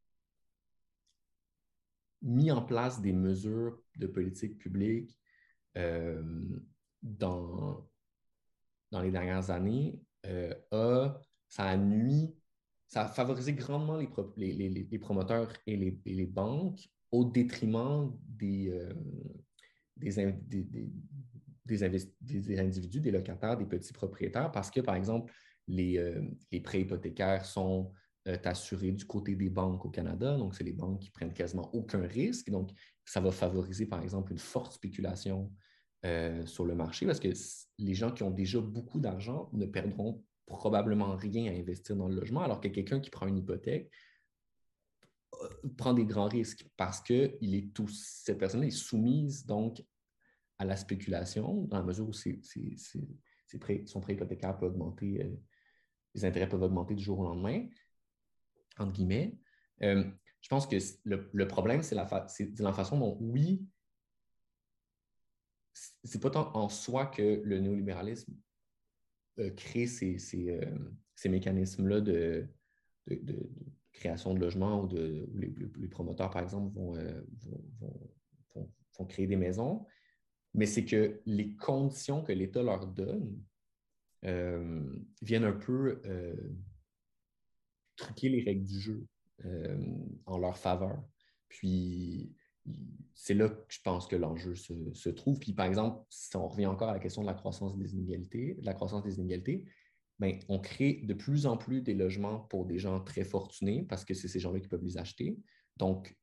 mis en place des mesures de politique publique euh, dans, dans les dernières années, euh, a, ça a nuit, ça a favorisé grandement les, pro, les, les, les promoteurs et les, et les banques au détriment des, euh, des, des, des, des, des individus, des locataires, des petits propriétaires, parce que, par exemple, les, euh, les prêts hypothécaires sont euh, assurés du côté des banques au Canada. Donc, c'est les banques qui prennent quasiment aucun risque. Donc, ça va favoriser, par exemple, une forte spéculation euh, sur le marché parce que les gens qui ont déjà beaucoup d'argent ne perdront probablement rien à investir dans le logement, alors que quelqu'un qui prend une hypothèque prend des grands risques parce que il est tout, cette personne-là est soumise donc à la spéculation, dans la mesure où ses, ses, ses, ses prêts, son prêt hypothécaire peut augmenter, euh, les intérêts peuvent augmenter du jour au lendemain, entre guillemets. Euh, je pense que le, le problème, c'est la, fa- c'est la façon dont, oui, c'est pas tant en soi que le néolibéralisme euh, crée ces, ces, euh, ces mécanismes-là de, de, de, de création de logements où, de, où les, les, promoteurs, par exemple, vont, euh, vont, vont, vont, vont créer des maisons, mais c'est que les conditions que l'État leur donne euh, viennent un peu euh, truquer les règles du jeu euh, en leur faveur. Puis, c'est là que je pense que l'enjeu se, se trouve. Puis, par exemple, si on revient encore à la question de la croissance des inégalités, de la croissance des inégalités, bien, on crée de plus en plus des logements pour des gens très fortunés parce que c'est ces gens-là qui peuvent les acheter. Donc,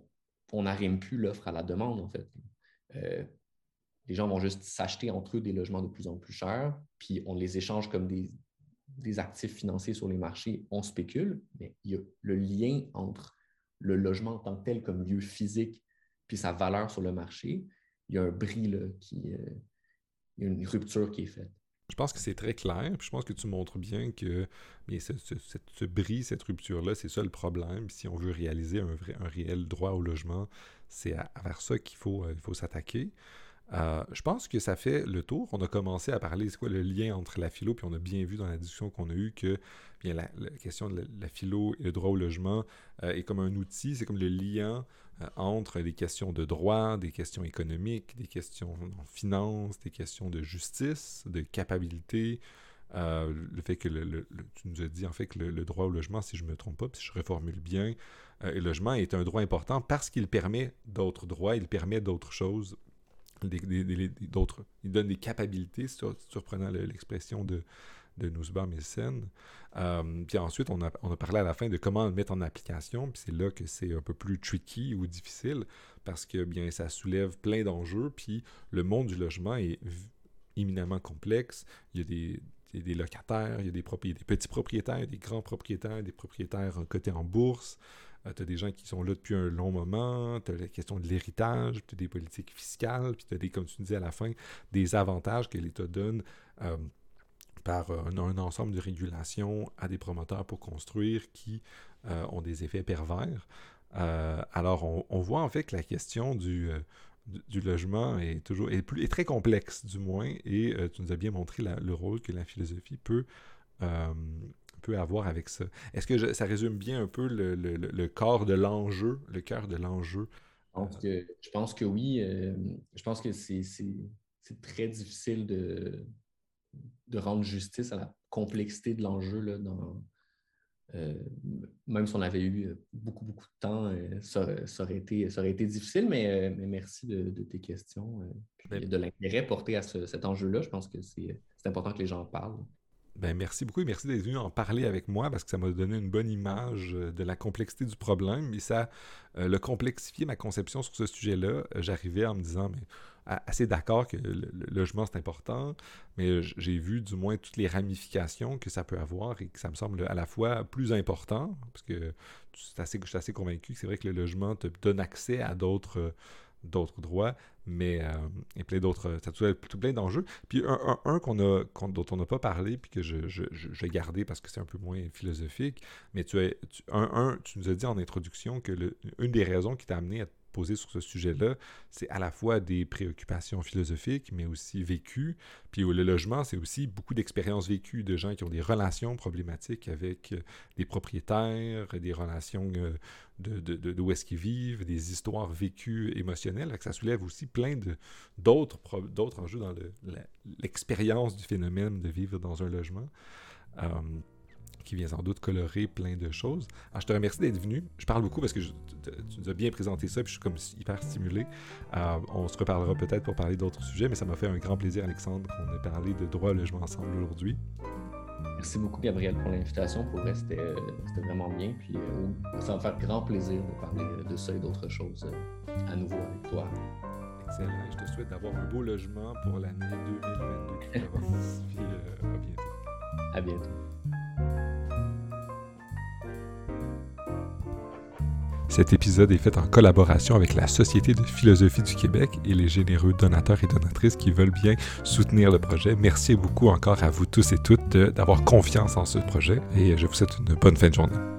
on n'arrime plus l'offre à la demande, en fait. Euh, les gens vont juste s'acheter entre eux des logements de plus en plus chers, puis on les échange comme des, des actifs financiers sur les marchés, on spécule, mais il y a le lien entre le logement en tant que tel comme lieu physique puis sa valeur sur le marché, il y a un bris, là, qui, euh, il y a une rupture qui est faite. Je pense que c'est très clair, puis je pense que tu montres bien que bien, ce, ce, ce, ce bris, cette rupture-là, c'est ça le problème. Si on veut réaliser un, vrai, un réel droit au logement, c'est à, à vers ça qu'il faut, euh, il faut s'attaquer. Euh, je pense que ça fait le tour. On a commencé à parler, c'est quoi le lien entre la philo, puis on a bien vu dans la discussion qu'on a eue que bien, la, la question de la, la philo et le droit au logement euh, est comme un outil, c'est comme le lien euh, entre les questions de droit, des questions économiques, des questions en finance, des questions de justice, de capacité. Euh, le fait que le, le, le, tu nous as dit en fait que le, le droit au logement, si je ne me trompe pas, si je reformule bien, euh, le logement est un droit important parce qu'il permet d'autres droits, il permet d'autres choses. Des, des, des, d'autres, il donne des capacités, surprenant l'expression de, de Nussbaum et Sen. Euh, puis ensuite, on a, on a parlé à la fin de comment le mettre en application, puis c'est là que c'est un peu plus tricky ou difficile, parce que bien ça soulève plein d'enjeux, puis le monde du logement est éminemment complexe. Il y a des, il y a des locataires, il y a des, propri- des petits propriétaires, des grands propriétaires, des propriétaires cotés en bourse. Euh, tu as des gens qui sont là depuis un long moment, tu as la question de l'héritage, tu as des politiques fiscales, puis tu as des, comme tu disais à la fin, des avantages que l'État donne euh, par un, un ensemble de régulations à des promoteurs pour construire qui euh, ont des effets pervers. Euh, alors, on, on voit en fait que la question du, euh, du, du logement est toujours est, plus, est très complexe, du moins, et euh, tu nous as bien montré la, le rôle que la philosophie peut euh, peut avoir avec ça. Est-ce que je, ça résume bien un peu le, le, le corps de l'enjeu, le cœur de l'enjeu? Je pense que, je pense que oui. Euh, je pense que c'est, c'est, c'est très difficile de, de rendre justice à la complexité de l'enjeu. Là, dans, euh, même si on avait eu beaucoup, beaucoup de temps, euh, ça, ça, aurait été, ça aurait été difficile, mais, euh, mais merci de, de tes questions. Euh, puis Ben, de l'intérêt porté à ce, cet enjeu-là. Je pense que c'est, c'est important que les gens en parlent. Ben, merci beaucoup et merci d'être venu en parler avec moi parce que ça m'a donné une bonne image de la complexité du problème et ça euh, l'a complexifié ma conception sur ce sujet-là. Euh, j'arrivais en me disant, mais assez d'accord que le, le logement c'est important, mais j'ai vu du moins toutes les ramifications que ça peut avoir et que ça me semble à la fois plus important parce que assez, je suis assez convaincu que c'est vrai que le logement te donne accès à d'autres... d'autres droits, mais euh, et plein d'autres, ça a tout plein d'enjeux. Puis un, un, un qu'on a, qu'on, dont on n'a pas parlé, puis que je, je, je, j'ai gardé parce que c'est un peu moins philosophique, mais tu as, tu, un, un, tu nous as dit en introduction que le, une des raisons qui t'a amené à te poser sur ce sujet-là, c'est à la fois des préoccupations philosophiques, mais aussi vécues. Puis le logement, c'est aussi beaucoup d'expériences vécues de gens qui ont des relations problématiques avec des propriétaires, des relations euh, de, de, de, d'où est-ce qu'ils vivent, des histoires vécues émotionnelles. Ça soulève aussi plein de, d'autres, d'autres enjeux dans le, la, l'expérience du phénomène de vivre dans un logement. Euh, qui vient sans doute colorer plein de choses. Alors, je te remercie d'être venu. Je parle beaucoup parce que je, tu, tu nous as bien présenté ça, puis je suis comme hyper stimulé. Euh, on se reparlera peut-être pour parler d'autres sujets, mais ça m'a fait un grand plaisir, Alexandre, qu'on ait parlé de droit au logement ensemble aujourd'hui. Merci beaucoup, Gabriel, pour l'invitation. Pour vrai, c'était, euh, c'était vraiment bien. Puis euh, ça va me faire grand plaisir de parler de ça et d'autres choses euh, à nouveau avec toi. Excellent. Je te souhaite d'avoir un beau logement pour l'année deux mille vingt-deux qui commence. Puis euh, à bientôt. À bientôt. Cet épisode est fait en collaboration avec la Société de philosophie du Québec et les généreux donateurs et donatrices qui veulent bien soutenir le projet. Merci beaucoup encore à vous tous et toutes de, d'avoir confiance en ce projet et je vous souhaite une bonne fin de journée.